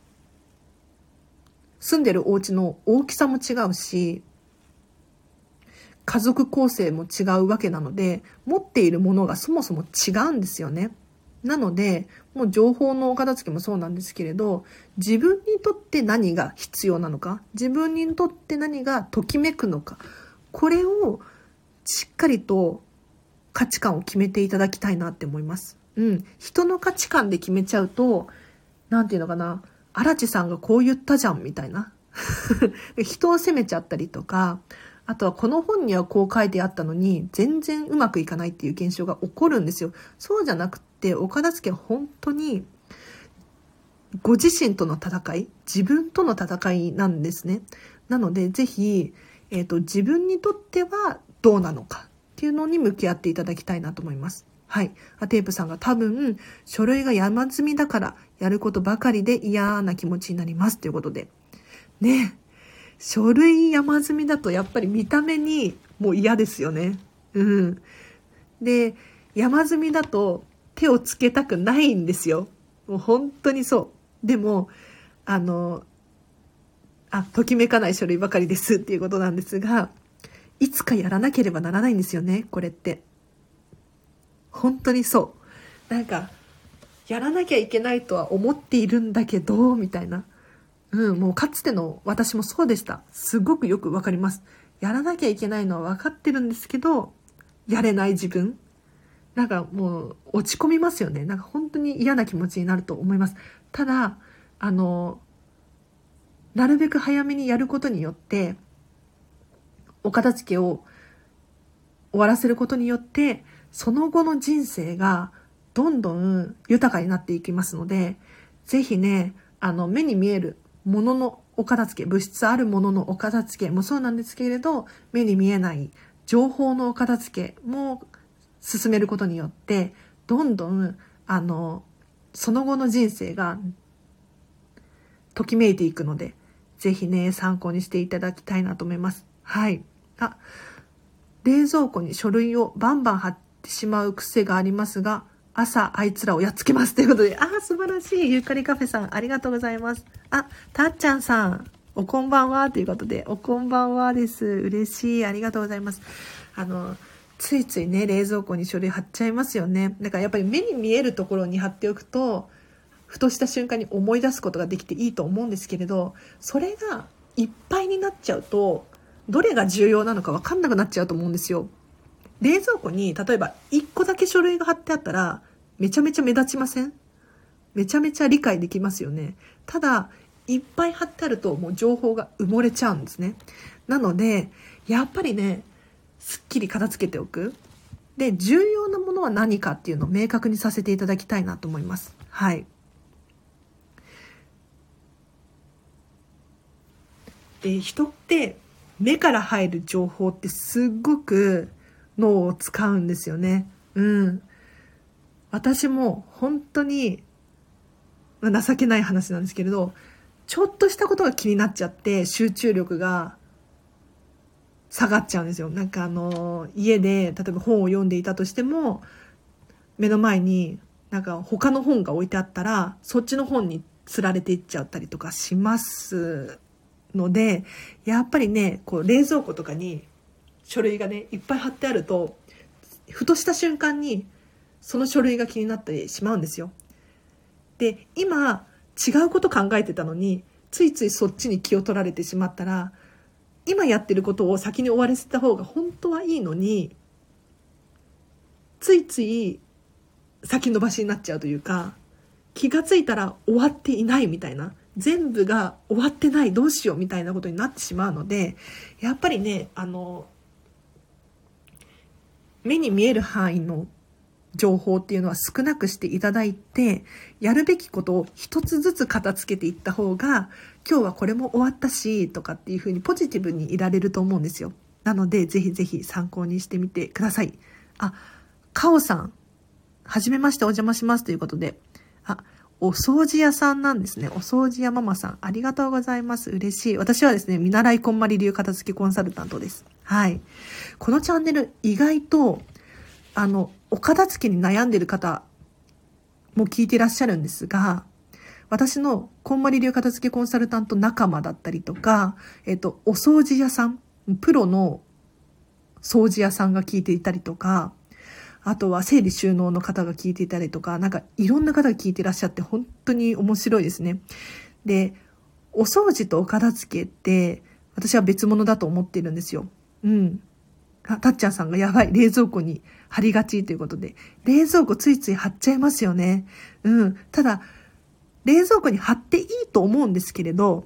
住んでるお家の大きさも違うし、家族構成も違うわけなので、持っているものがそもそも違うんですよね。なので、もう情報のお片付けもそうなんですけれど、自分にとって何が必要なのか、自分にとって何がときめくのか、これをしっかりと価値観を決めていただきたいなって思います。うん。人の価値観で決めちゃうと、なんていうのかな、荒地さんがこう言ったじゃんみたいな。人を責めちゃったりとか、あとはこの本にはこう書いてあったのに全然うまくいかないっていう現象が起こるんですよ。そうじゃなくて、お片付けは本当にご自身との戦い、自分との戦いなんですね。なのでぜひ、えっと、自分にとってはどうなのかっていうのに向き合っていただきたいなと思います。はい。アテープさんが多分書類が山積みだからやることばかりで嫌な気持ちになりますということで。ね。書類山積みだとやっぱり見た目にもう嫌ですよね。うん。で、山積みだと手をつけたくないんですよ。もう本当にそう。でも、あの、あ、ときめかない書類ばかりですっていうことなんですが、いつかやらなければならないんですよね、これって。本当にそう。なんか、やらなきゃいけないとは思っているんだけど、みたいな。うん、もうかつての私もそうでした。すごくよくわかります。やらなきゃいけないのは分かってるんですけど、やれない自分。なんかもう落ち込みますよね。なんか本当に嫌な気持ちになると思います。ただ、あの、なるべく早めにやることによって、お片付けを終わらせることによって、その後の人生がどんどん豊かになっていきますので、ぜひね、あの、目に見えるもののお片付け、物質あるもののお片付けもそうなんですけれど、目に見えない情報のお片付けも進めることによって、どんどん、あの、その後の人生がときめいていくので、ぜひね、参考にしていただきたいなと思います。はい。あ、冷蔵庫に書類をバンバン貼ってしまう癖がありますが、朝あいつらをやっつけますということで、あー素晴らしい。ゆうかりカフェさんありがとうございます。あ、たっちゃんさんおこんばんはということで、おこんばんはです。嬉しい。ありがとうございます。あのついついね、冷蔵庫に書類貼っちゃいますよね。だからやっぱり目に見えるところに貼っておくと、ふとした瞬間に思い出すことができていいと思うんですけれど、それがいっぱいになっちゃうと、どれが重要なのか分かんなくなっちゃうと思うんですよ。冷蔵庫に例えばいっこだけ書類が貼ってあったらめちゃめちゃ目立ちません？めちゃめちゃ理解できますよね。ただいっぱい貼ってあるともう情報が埋もれちゃうんですね。なのでやっぱりね、すっきり片付けておく。で、重要なものは何かっていうのを明確にさせていただきたいなと思います。はい。で、人って目から入る情報ってすっごく脳を使うんですよね。うん。私も本当に、まあ、情けない話なんですけれど、ちょっとしたことが気になっちゃって集中力が下がっちゃうんですよ。なんかあの、家で例えば本を読んでいたとしても、目の前になんか他の本が置いてあったら、そっちの本に釣られていっちゃったりとかしますので、やっぱりね、こう冷蔵庫とかに書類がね、いっぱい貼ってあると、ふとした瞬間にその書類が気になってしまうんですよ。で、今違うこと考えてたのに、ついついそっちに気を取られてしまったら、今やってることを先に終わらせた方が本当はいいのに、ついつい先延ばしになっちゃうというか、気がついたら終わっていないみたいな、全部が終わってない、どうしようみたいなことになってしまうので、やっぱりね、あの目に見える範囲の情報っていうのは少なくしていただいて、やるべきことを一つずつ片付けていった方が、今日はこれも終わったし、とかっていうふうにポジティブにいられると思うんですよ。なので、ぜひぜひ参考にしてみてください。あ、かおさん、はじめましてお邪魔しますということで、あ、お掃除屋さんなんですね。お掃除屋ママさん、ありがとうございます。嬉しい。私はですね、見習いこんまり流片付けコンサルタントです。はい。このチャンネル、意外と、あの、お片付けに悩んでる方も聞いていらっしゃるんですが、私のこんまり流片付けコンサルタント仲間だったりとか、えっと、お掃除屋さん、プロの掃除屋さんが聞いていたりとか、あとは整理収納の方が聞いていたりとか、なんかいろんな方が聞いていらっしゃって本当に面白いですね。で、お掃除とお片付けって私は別物だと思っているんですよ。うん。あ、たっちゃんさんがやばい、冷蔵庫に貼りがちということで、冷蔵庫ついつい貼っちゃいますよね。うん。ただ、冷蔵庫に貼っていいと思うんですけれど、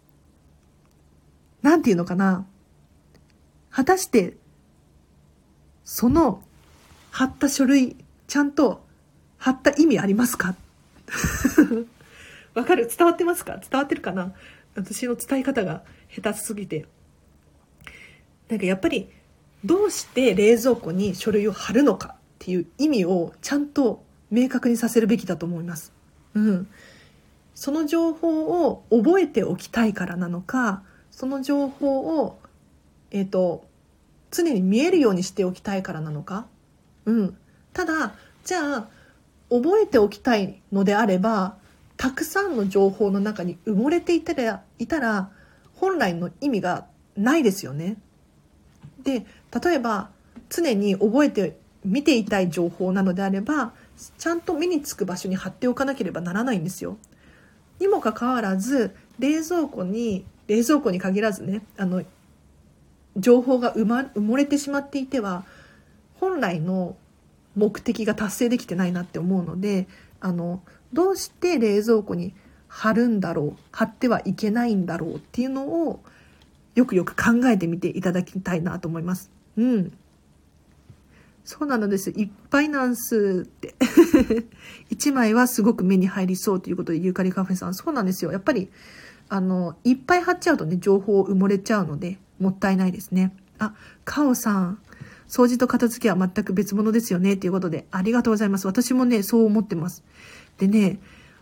なんていうのかな。果たして、その貼った書類、ちゃんと貼った意味ありますか？わかる？伝わってますか？伝わってるかな？私の伝え方が下手すぎて。なんかやっぱり、どうして冷蔵庫に書類を貼るのかっていう意味をちゃんと明確にさせるべきだと思います。うん。その情報を覚えておきたいからなのか、その情報を、えっと、常に見えるようにしておきたいからなのか。うん。ただ、じゃあ、覚えておきたいのであれば、たくさんの情報の中に埋もれていたら、いたら本来の意味がないですよね。で、例えば常に覚えて見ていたい情報なのであれば、ちゃんと目につく場所に貼っておかなければならないんですよ。にもかかわらず、冷蔵庫に冷蔵庫に限らずね、あの情報が埋、ま、埋もれてしまっていては、本来の目的が達成できてないなって思うので、あのどうして冷蔵庫に貼るんだろう、貼ってはいけないんだろうっていうのをよくよく考えてみていただきたいなと思います。うん。そうなのです。いっぱいなんすって。いちまいはすごく目に入りそうということで、ユーカリカフェさん。そうなんですよ。やっぱり、あの、いっぱい貼っちゃうとね、情報埋もれちゃうので、もったいないですね。あ、カオさん。掃除と片付けは全く別物ですよね。ということで、ありがとうございます。私もね、そう思ってます。でね、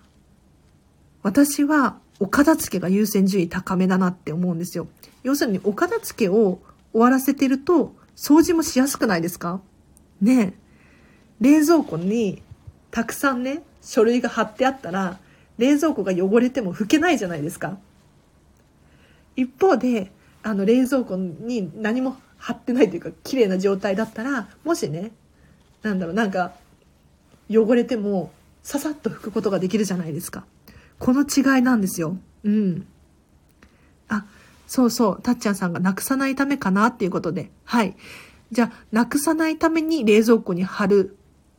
私はお片付けが優先順位高めだなって思うんですよ。要するにお片付けを終わらせてると掃除もしやすくないですか？ねえ。冷蔵庫にたくさんね、書類が貼ってあったら冷蔵庫が汚れても拭けないじゃないですか。一方で、あの冷蔵庫に何も貼ってないというか綺麗な状態だったら、もしね、なんだろう、なんか汚れてもささっと拭くことができるじゃないですか。この違いなんですよ。うん。あ、そうそう。たっちゃんさんがなくさないためかなっていうことで。はい。じゃあ、なくさないために冷蔵庫に貼る。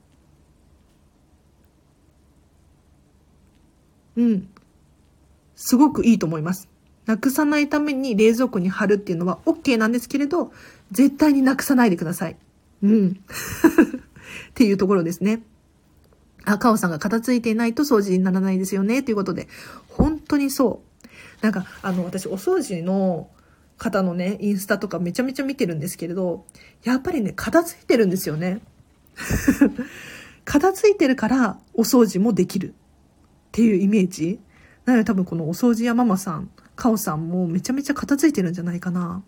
うん。すごくいいと思います。なくさないために冷蔵庫に貼るっていうのは OK なんですけれど、絶対になくさないでください。うん。っていうところですね。あ、カオさんが片付いていないと掃除にならないですよね。ということで、本当にそう。なんか、あの、私、お掃除の方のね、インスタとかめちゃめちゃ見てるんですけれど、やっぱりね、片付いてるんですよね。片付いてるから、お掃除もできるっていうイメージ。なので多分このお掃除やママさん、カオさんもめちゃめちゃ片付いてるんじゃないかな。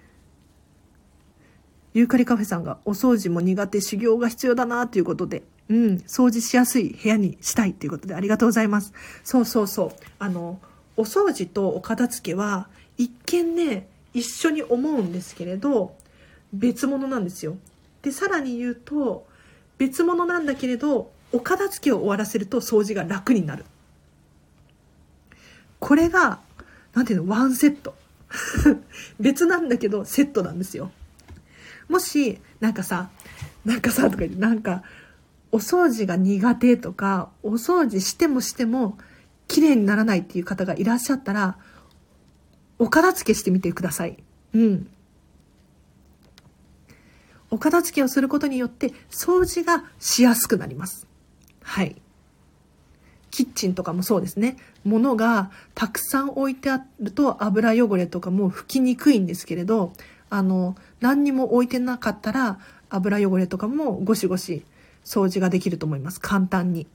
ユーカリカフェさんがお掃除も苦手、修行が必要だなということで、うん、掃除しやすい部屋にしたいということでありがとうございます。そうそうそう。あの、お掃除とお片付けは一見ね、一緒に思うんですけれど、別物なんですよ。で、さらに言うと、別物なんだけれど、お片付けを終わらせると掃除が楽になる。これが、なんていうの、ワンセット。別なんだけど、セットなんですよ。もし、なんかさ、なんかさ、とか言って、なんか、お掃除が苦手とか、お掃除してもしても、綺麗にならないっていう方がいらっしゃったら、お片付けしてみてください。うん。 お片付けをすることによって掃除がしやすくなります。はい。キッチンとかもそうですね。物がたくさん置いてあると油汚れとかも拭きにくいんですけれど、あの、何にも置いてなかったら油汚れとかもゴシゴシ掃除ができると思います。簡単に。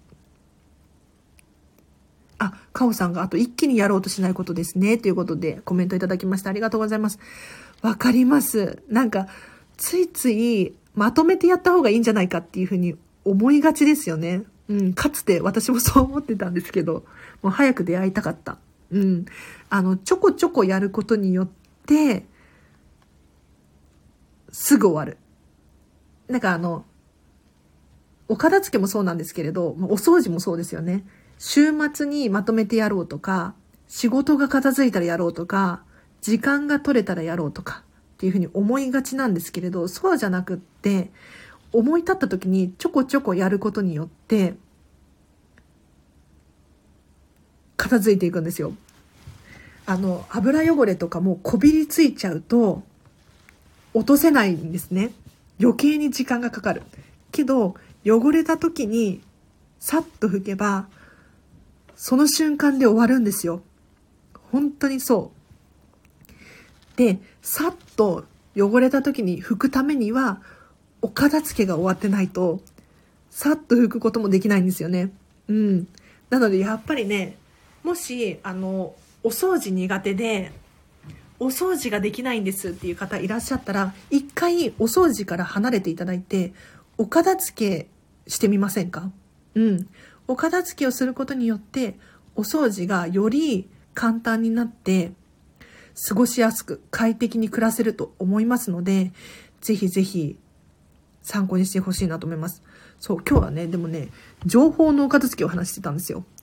あ、カオさんがあと一気にやろうとしないことですね。ということでコメントいただきましてありがとうございます。わかります。なんか、ついついまとめてやった方がいいんじゃないかっていうふうに思いがちですよね。うん、かつて私もそう思ってたんですけど、もう早く出会いたかった。うん。あの、ちょこちょこやることによって、すぐ終わる。なんかあの、お片付けもそうなんですけれど、お掃除もそうですよね。週末にまとめてやろうとか、仕事が片付いたらやろうとか、時間が取れたらやろうとかっていうふうに思いがちなんですけれど、そうじゃなくって、思い立った時にちょこちょこやることによって片付いていくんですよ。あの油汚れとかもこびりついちゃうと落とせないんですね。余計に時間がかかるけど、汚れた時にさっと拭けばその瞬間で終わるんですよ。本当にそうで、さっと汚れた時に拭くためにはお片付けが終わってないと、さっと拭くこともできないんですよね。うん。なのでやっぱりね、もし、あの、お掃除苦手で、お掃除ができないんですっていう方いらっしゃったら、一回お掃除から離れていただいて、お片付けしてみませんか？うん。お片付けをすることによって、お掃除がより簡単になって、過ごしやすく快適に暮らせると思いますので、ぜひぜひ、参考にしてほしいなと思います。そう、今日はね、でもね、情報のお片付けを話してたんですよ。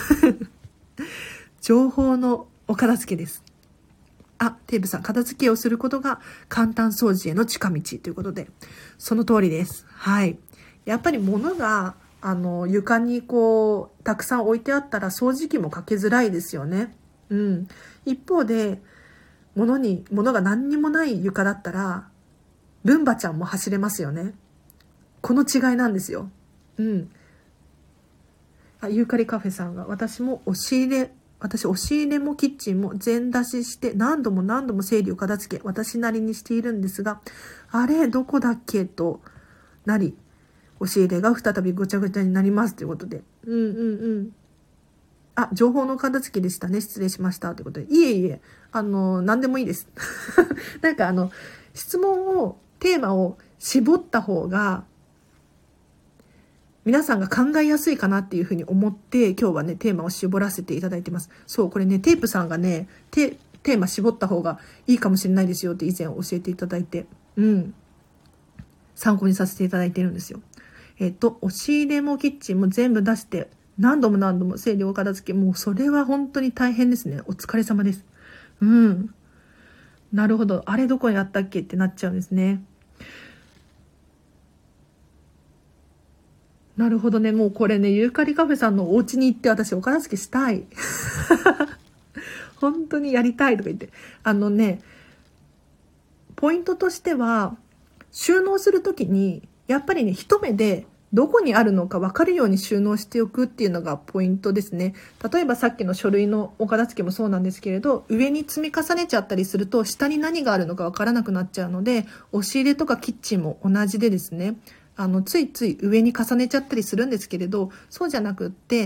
情報のお片付けです。あ、テープさん、片付けをすることが簡単掃除への近道ということで、その通りです。はい。やっぱり物が、あの、床にこう、たくさん置いてあったら掃除機もかけづらいですよね。うん。一方で、物に、物が何にもない床だったら、ルンバちゃんも走れますよね。この違いなんですよ。うん。あ、ユーカリカフェさんが、私も押し入れ、私押し入れもキッチンも全出しして何度も何度も整理を片付け、私なりにしているんですが、あれ、どこだっけとなり、押し入れが再びごちゃごちゃになりますということで。うんうんうん。あ、情報の片付けでしたね。失礼しました。ということで。いえいえ、あの、何でもいいです。なんかあの、質問を、テーマを絞った方が、皆さんが考えやすいかなっていうふうに思って、今日はね、テーマを絞らせていただいてます。そう、これね、テープさんがね、テ、テーマ絞った方がいいかもしれないですよって以前教えていただいて、うん。参考にさせていただいてるんですよ。えっと、押し入れもキッチンも全部出して、何度も何度も整理を片付け、もうそれは本当に大変ですね。お疲れ様です。うん。なるほど。あれどこやったっけってなっちゃうんですね。なるほどね。もうこれね、ユーカリカフェさんのお家に行って私お片付けしたい。本当にやりたいとか言って。あのね、ポイントとしては、収納するときに、やっぱりね、一目でどこにあるのか分かるように収納しておくっていうのがポイントですね。例えばさっきの書類のお片付けもそうなんですけれど、上に積み重ねちゃったりすると、下に何があるのか分からなくなっちゃうので、押し入れとかキッチンも同じでですね、あの、ついつい上に重ねちゃったりするんですけれど、そうじゃなくって、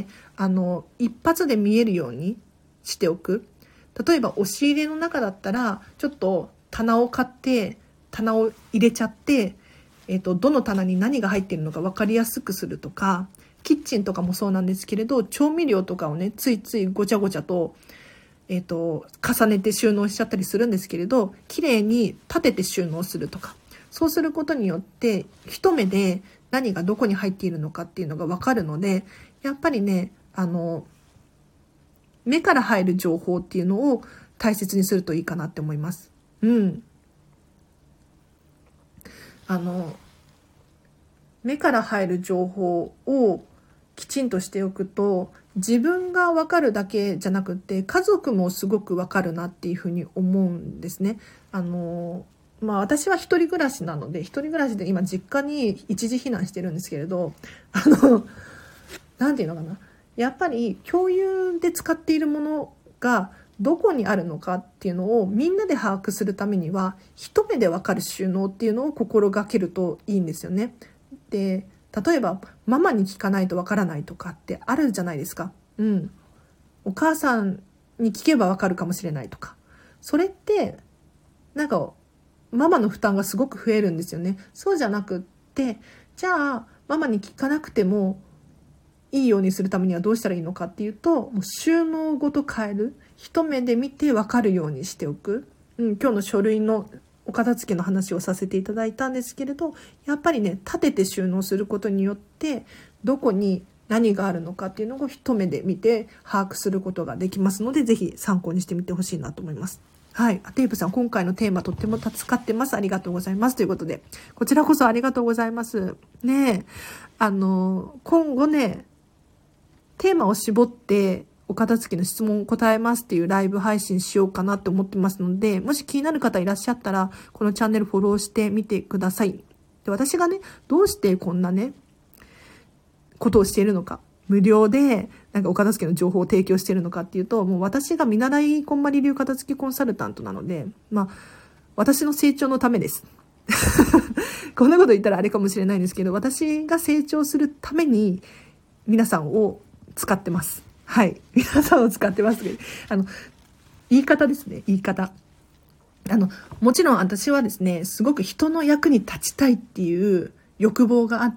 あの、一発で見えるようにしておく。例えば押し入れの中だったら、ちょっと棚を買って、棚を入れちゃって、えっと、どの棚に何が入っているのか分かりやすくするとか、キッチンとかもそうなんですけれど、調味料とかをね、ついついごちゃごちゃと、えっと、重ねて収納しちゃったりするんですけれど、綺麗に立てて収納するとか。そうすることによって、一目で何がどこに入っているのかっていうのが分かるので、やっぱりね、あの、目から入る情報っていうのを大切にするといいかなって思います。うん。あの、目から入る情報をきちんとしておくと、自分が分かるだけじゃなくて、家族もすごく分かるなっていうふうに思うんですね。あの、 まあ私は一人暮らしなので、一人暮らしで今実家に一時避難してるんですけれど、あの、なんていうのかな。やっぱり共有で使っているものがどこにあるのかっていうのをみんなで把握するためには、一目でわかる収納っていうのを心がけるといいんですよね。で、例えばママに聞かないとわからないとかってあるじゃないですか。うん。お母さんに聞けばわかるかもしれないとか。それって、なんか、ママの負担がすごく増えるんですよね。そうじゃなくって、じゃあ、ママに聞かなくてもいいようにするためにはどうしたらいいのかっていうと、もう収納ごと変える。一目で見て分かるようにしておく。うん、今日の書類のお片付けの話をさせていただいたんですけれど、やっぱりね、立てて収納することによって、どこに何があるのかっていうのを一目で見て把握することができますので、ぜひ参考にしてみてほしいなと思います。はい。テープさん、今回のテーマとっても助かってます。ありがとうございます。ということで、こちらこそありがとうございます。ねえ、あの、今後ね、テーマを絞ってお片付けの質問を答えますっていうライブ配信しようかなって思ってますので、もし気になる方いらっしゃったら、このチャンネルフォローしてみてください。で、私がね、どうしてこんなね、ことをしているのか。無料で、なんかお片付けの情報を提供しているのかっていうと、もう私が見習いこんまり流片付けコンサルタントなので、まあ、私の成長のためです。こんなこと言ったらあれかもしれないんですけど、私が成長するために皆さんを使ってます。はい。皆さんを使ってますけど、あの、言い方ですね、言い方。あの、もちろん私はですね、すごく人の役に立ちたいっていう欲望があって、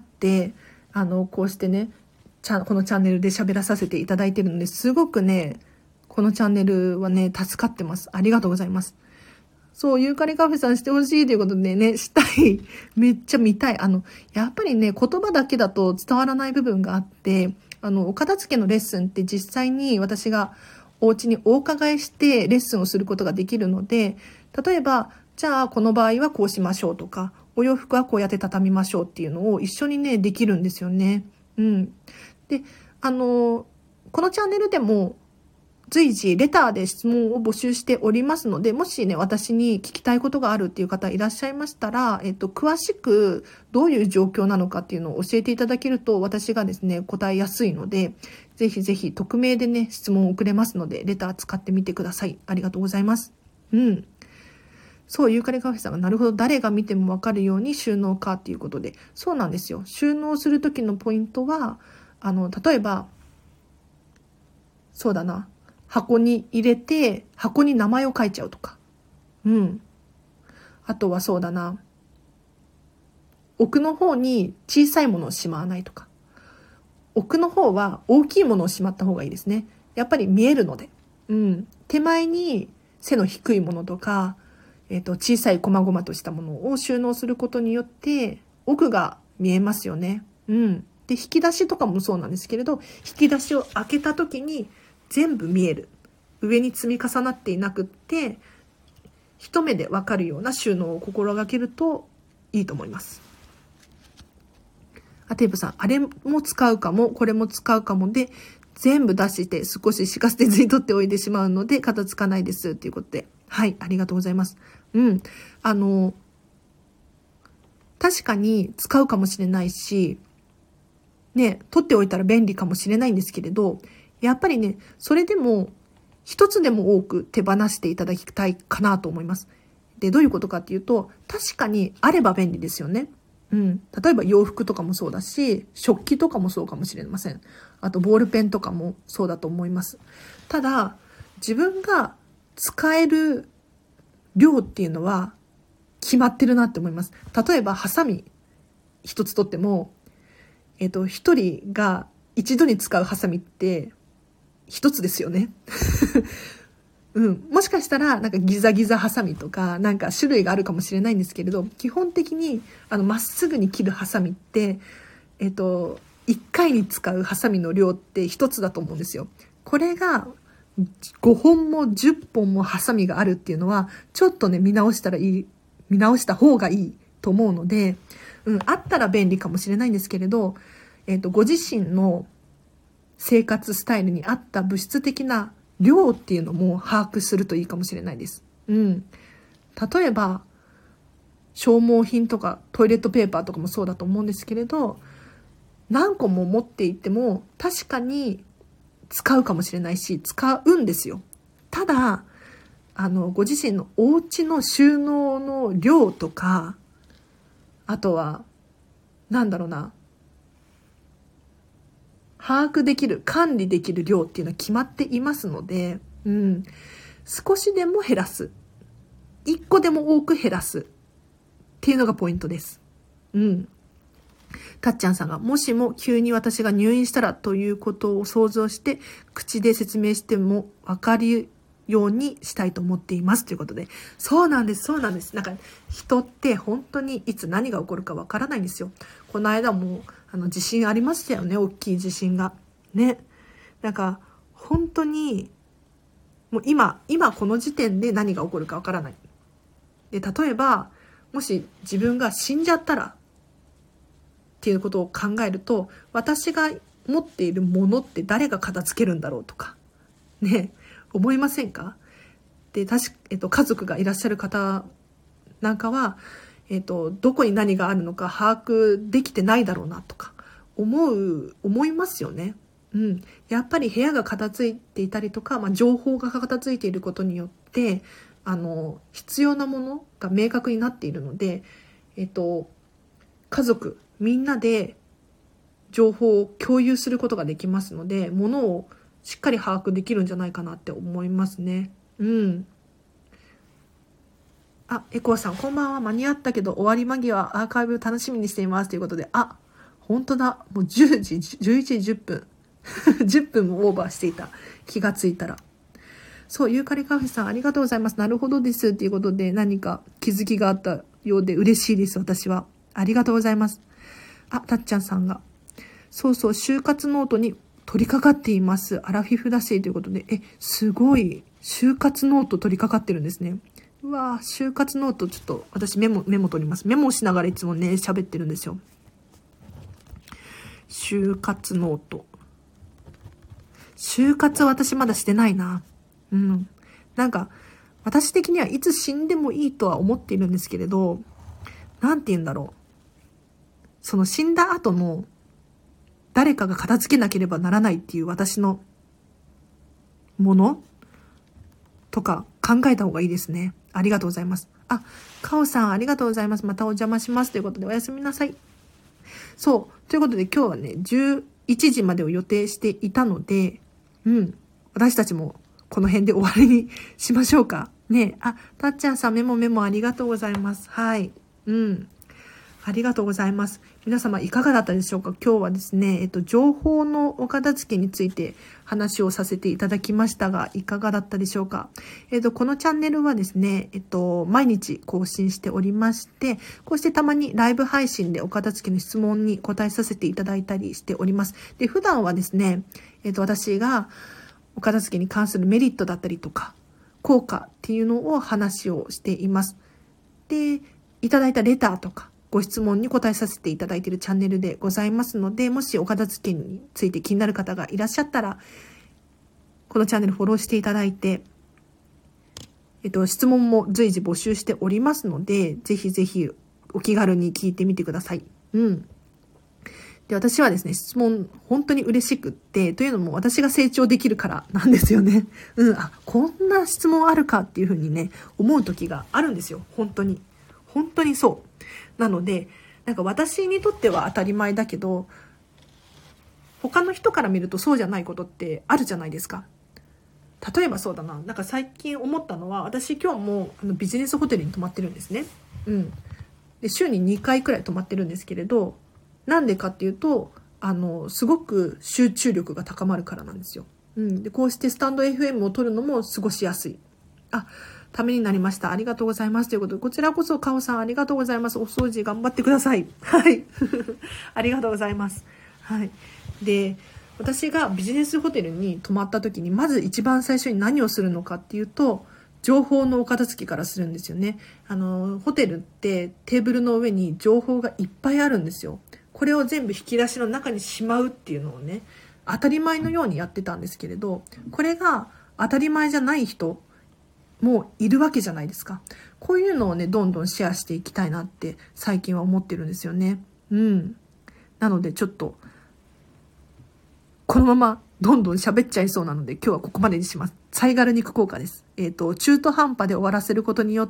あの、こうしてね、このチャンネルで喋らさせていただいているので、すごくね、このチャンネルはね、助かってます。ありがとうございます。そう、ユーカリカフェさんしてほしいということでね、したい。めっちゃ見たい。あの、やっぱりね、言葉だけだと伝わらない部分があって、あの、お片付けのレッスンって実際に私がお家にお伺いしてレッスンをすることができるので、例えば、じゃあこの場合はこうしましょうとか、お洋服はこうやって畳みましょうっていうのを一緒にね、できるんですよね。うん。で、あの、このチャンネルでも随時レターで質問を募集しておりますので、もしね、私に聞きたいことがあるっていう方いらっしゃいましたら、えっと、詳しくどういう状況なのかっていうのを教えていただけると、私がですね、答えやすいので、ぜひぜひ匿名でね、質問を送れますので、レター使ってみてください。ありがとうございます。うん。そう、ユーカリカフェさんがなるほど、誰が見てもわかるように収納かっていうことで、そうなんですよ。収納するときのポイントは、あの、例えば、そうだな。箱に入れて、箱に名前を書いちゃうとか。うん。あとはそうだな。奥の方に小さいものをしまわないとか。奥の方は大きいものをしまった方がいいですね。やっぱり見えるので。うん。手前に背の低いものとか、えっと、小さい細々としたものを収納することによって、奥が見えますよね。うん。で、引き出しとかもそうなんですけれど、引き出しを開けた時に全部見える。上に積み重なっていなくって、一目でわかるような収納を心がけるといいと思います。あ、テープさん、あれも使うかも、これも使うかもで、全部出して少し敷かせてずり取っておいてしまうので、片付かないです。ということで。はい、ありがとうございます。うん。あの、確かに使うかもしれないし、ね、取っておいたら便利かもしれないんですけれど、やっぱりね、それでも、一つでも多く手放していただきたいかなと思います。で、どういうことかっていうと、確かにあれば便利ですよね。うん。例えば洋服とかもそうだし、食器とかもそうかもしれません。あとボールペンとかもそうだと思います。ただ、自分が使える量っていうのは決まってるなって思います。例えば、ハサミ一つとっても、えっと、一人が一度に使うハサミって一つですよね。うん。もしかしたら、なんかギザギザハサミとか、なんか種類があるかもしれないんですけれど、基本的に、あの、まっすぐに切るハサミって、えっと、一回に使うハサミの量って一つだと思うんですよ。これが、ごほんもじゅっぽんもハサミがあるっていうのは、ちょっとね、見直したらいい、見直した方がいいと思うので、うん、あったら便利かもしれないんですけれど、えっと、ご自身の生活スタイルに合った物質的な量っていうのも把握するといいかもしれないです。うん。例えば、 消耗品とかトイレットペーパーとかもそうだと思うんですけれど、何個も持っていても確かに使うかもしれないし、使うんですよ。ただ、あの、ご自身のお家の収納の量とか、あとは、なんだろうな、把握できる、管理できる量っていうのは決まっていますので、うん、少しでも減らす。一個でも多く減らす。っていうのがポイントです。うん。たっちゃんさんが、もしも急に私が入院したらということを想像して、口で説明しても分かるようにしたいと思っています。ということで。そうなんです、そうなんです。なんか、人って本当にいつ何が起こるか分からないんですよ。この間も、あの、地震ありましたよね。大きい地震が。ね。なんか、本当に、もう今、今この時点で何が起こるか分からない。で、例えば、もし自分が死んじゃったらっていうことを考えると、私が持っているものって誰が片付けるんだろうとか、ね、思いませんか？で、確か、えっと、家族がいらっしゃる方なんかは、えっと、どこに何があるのか把握できてないだろうなとか、思う、思いますよね。うん。やっぱり部屋が片付いていたりとか、まあ、情報が片付いていることによって、あの、必要なものが明確になっているので、えっと、家族、みんなで情報を共有することができますので、ものをしっかり把握できるんじゃないかなって思いますね。うん。あ、エコーさん、こんばんは。間に合ったけど、終わり間際、アーカイブ楽しみにしています。ということで、あ、本当だ。もうじゅうじ、じゅういちじじゅっぷん。じゅっぷんもオーバーしていた。気がついたら。そう、ユーカリカフェさん、ありがとうございます。なるほどです。っていうことで、何か気づきがあったようで嬉しいです。私は。ありがとうございます。あ、たっちゃんさんが。そうそう、就活ノートに取り掛かっています。アラフィフだしということで、え、すごい、就活ノート取り掛かってるんですね。うわぁ、就活ノート、ちょっと私メモ、メモ取ります。メモしながらいつもね、喋ってるんですよ。就活ノート。就活は私まだしてないな。うん。なんか、私的にはいつ死んでもいいとは思っているんですけれど、なんて言うんだろう。その死んだ後の誰かが片付けなければならないっていう私のものとか考えた方がいいですね。ありがとうございます。あ、カオさんありがとうございます。またお邪魔します。ということでおやすみなさい。そう。ということで今日はね、じゅういちじまでを予定していたので、うん。私たちもこの辺で終わりにしましょうか。ね。あ、たっちゃんさんメモメモありがとうございます。はい。うん。ありがとうございます。皆様いかがだったでしょうか？今日はですね、えっと、情報のお片付けについて話をさせていただきましたが、いかがだったでしょうか？えっと、このチャンネルはですね、えっと、毎日更新しておりまして、こうしてたまにライブ配信でお片付けの質問に答えさせていただいたりしております。で、普段はですね、えっと、私がお片付けに関するメリットだったりとか、効果っていうのを話をしています。で、いただいたレターとか、ご質問に答えさせていただいているチャンネルでございますので、もしお片付けについて気になる方がいらっしゃったら、このチャンネルフォローしていただいて、えっと、質問も随時募集しておりますので、ぜひぜひお気軽に聞いてみてください。うん。で、私はですね、質問本当に嬉しくって、というのも私が成長できるからなんですよね。うん、あ、こんな質問あるかっていうふうにね、思う時があるんですよ。本当に。本当にそう。なので、なんか私にとっては当たり前だけど、他の人から見るとそうじゃないことってあるじゃないですか。例えばそうだな。なんか最近思ったのは、私今日もあのビジネスホテルに泊まってるんですね。うん。で、週ににかいくらい泊まってるんですけれど、なんでかっていうと、あの、すごく集中力が高まるからなんですよ。うん。で、こうしてスタンド エフエム を撮るのも過ごしやすい。あ、ためになりました。ありがとうございます。ということで、こちらこそ、カオさんありがとうございます。お掃除頑張ってください。はい。ありがとうございます。はい。で、私がビジネスホテルに泊まった時に、まず一番最初に何をするのかっていうと、情報のお片付けからするんですよね。あの、ホテルってテーブルの上に情報がいっぱいあるんですよ。これを全部引き出しの中にしまうっていうのをね、当たり前のようにやってたんですけれど、これが当たり前じゃない人、 もいるわけじゃないですか。こういうのをね、どんどんシェアしていきたいなって最近は思ってるんですよね。うん。なのでちょっと、このままどんどん喋っちゃいそうなので今日はここまでにします。サイガル肉効果です。えっと、中途半端で終わらせることによって、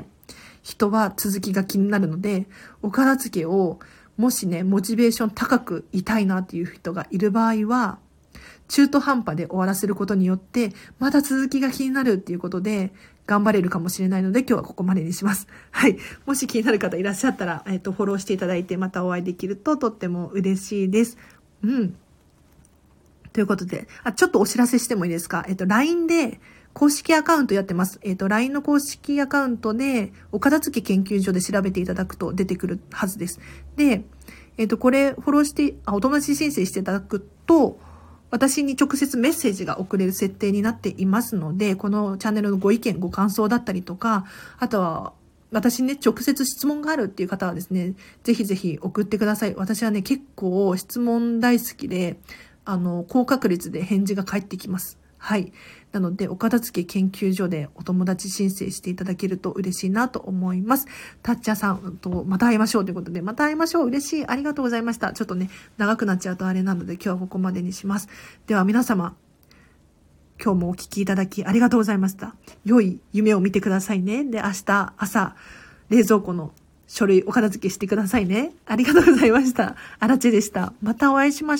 人は続きが気になるので、お片付けをもしね、モチベーション高くいたいなっていう人がいる場合は、中途半端で終わらせることによって、また続きが気になるっていうことで、頑張れるかもしれないので、今日はここまでにします。はい。もし気になる方いらっしゃったら、えっと、フォローしていただいて、またお会いできるととっても嬉しいです。うん。ということで、あ、ちょっとお知らせしてもいいですか？えっと、ライン で、公式アカウントやってます。えっと、ライン の公式アカウントで、お片付け研究所で調べていただくと出てくるはずです。で、えっと、これ、フォローして、あ、お友達申請していただくと、私に直接メッセージが送れる設定になっていますので、このチャンネルのご意見、ご感想だったりとか、あとは、私にね、直接質問があるっていう方はですね、ぜひぜひ送ってください。私はね、結構質問大好きで、あの、高確率で返事が返ってきます。はい。なので、お片付け研究所でお友達申請していただけると嬉しいなと思います。タッチャーさんとまた会いましょうということで、また会いましょう。嬉しい。ありがとうございました。ちょっとね、長くなっちゃうとあれなので、今日はここまでにします。では皆様、今日もお聞きいただきありがとうございました。良い夢を見てくださいね。で、明日朝、冷蔵庫の書類お片付けしてくださいね。ありがとうございました。あらちでした。またお会いしましょう。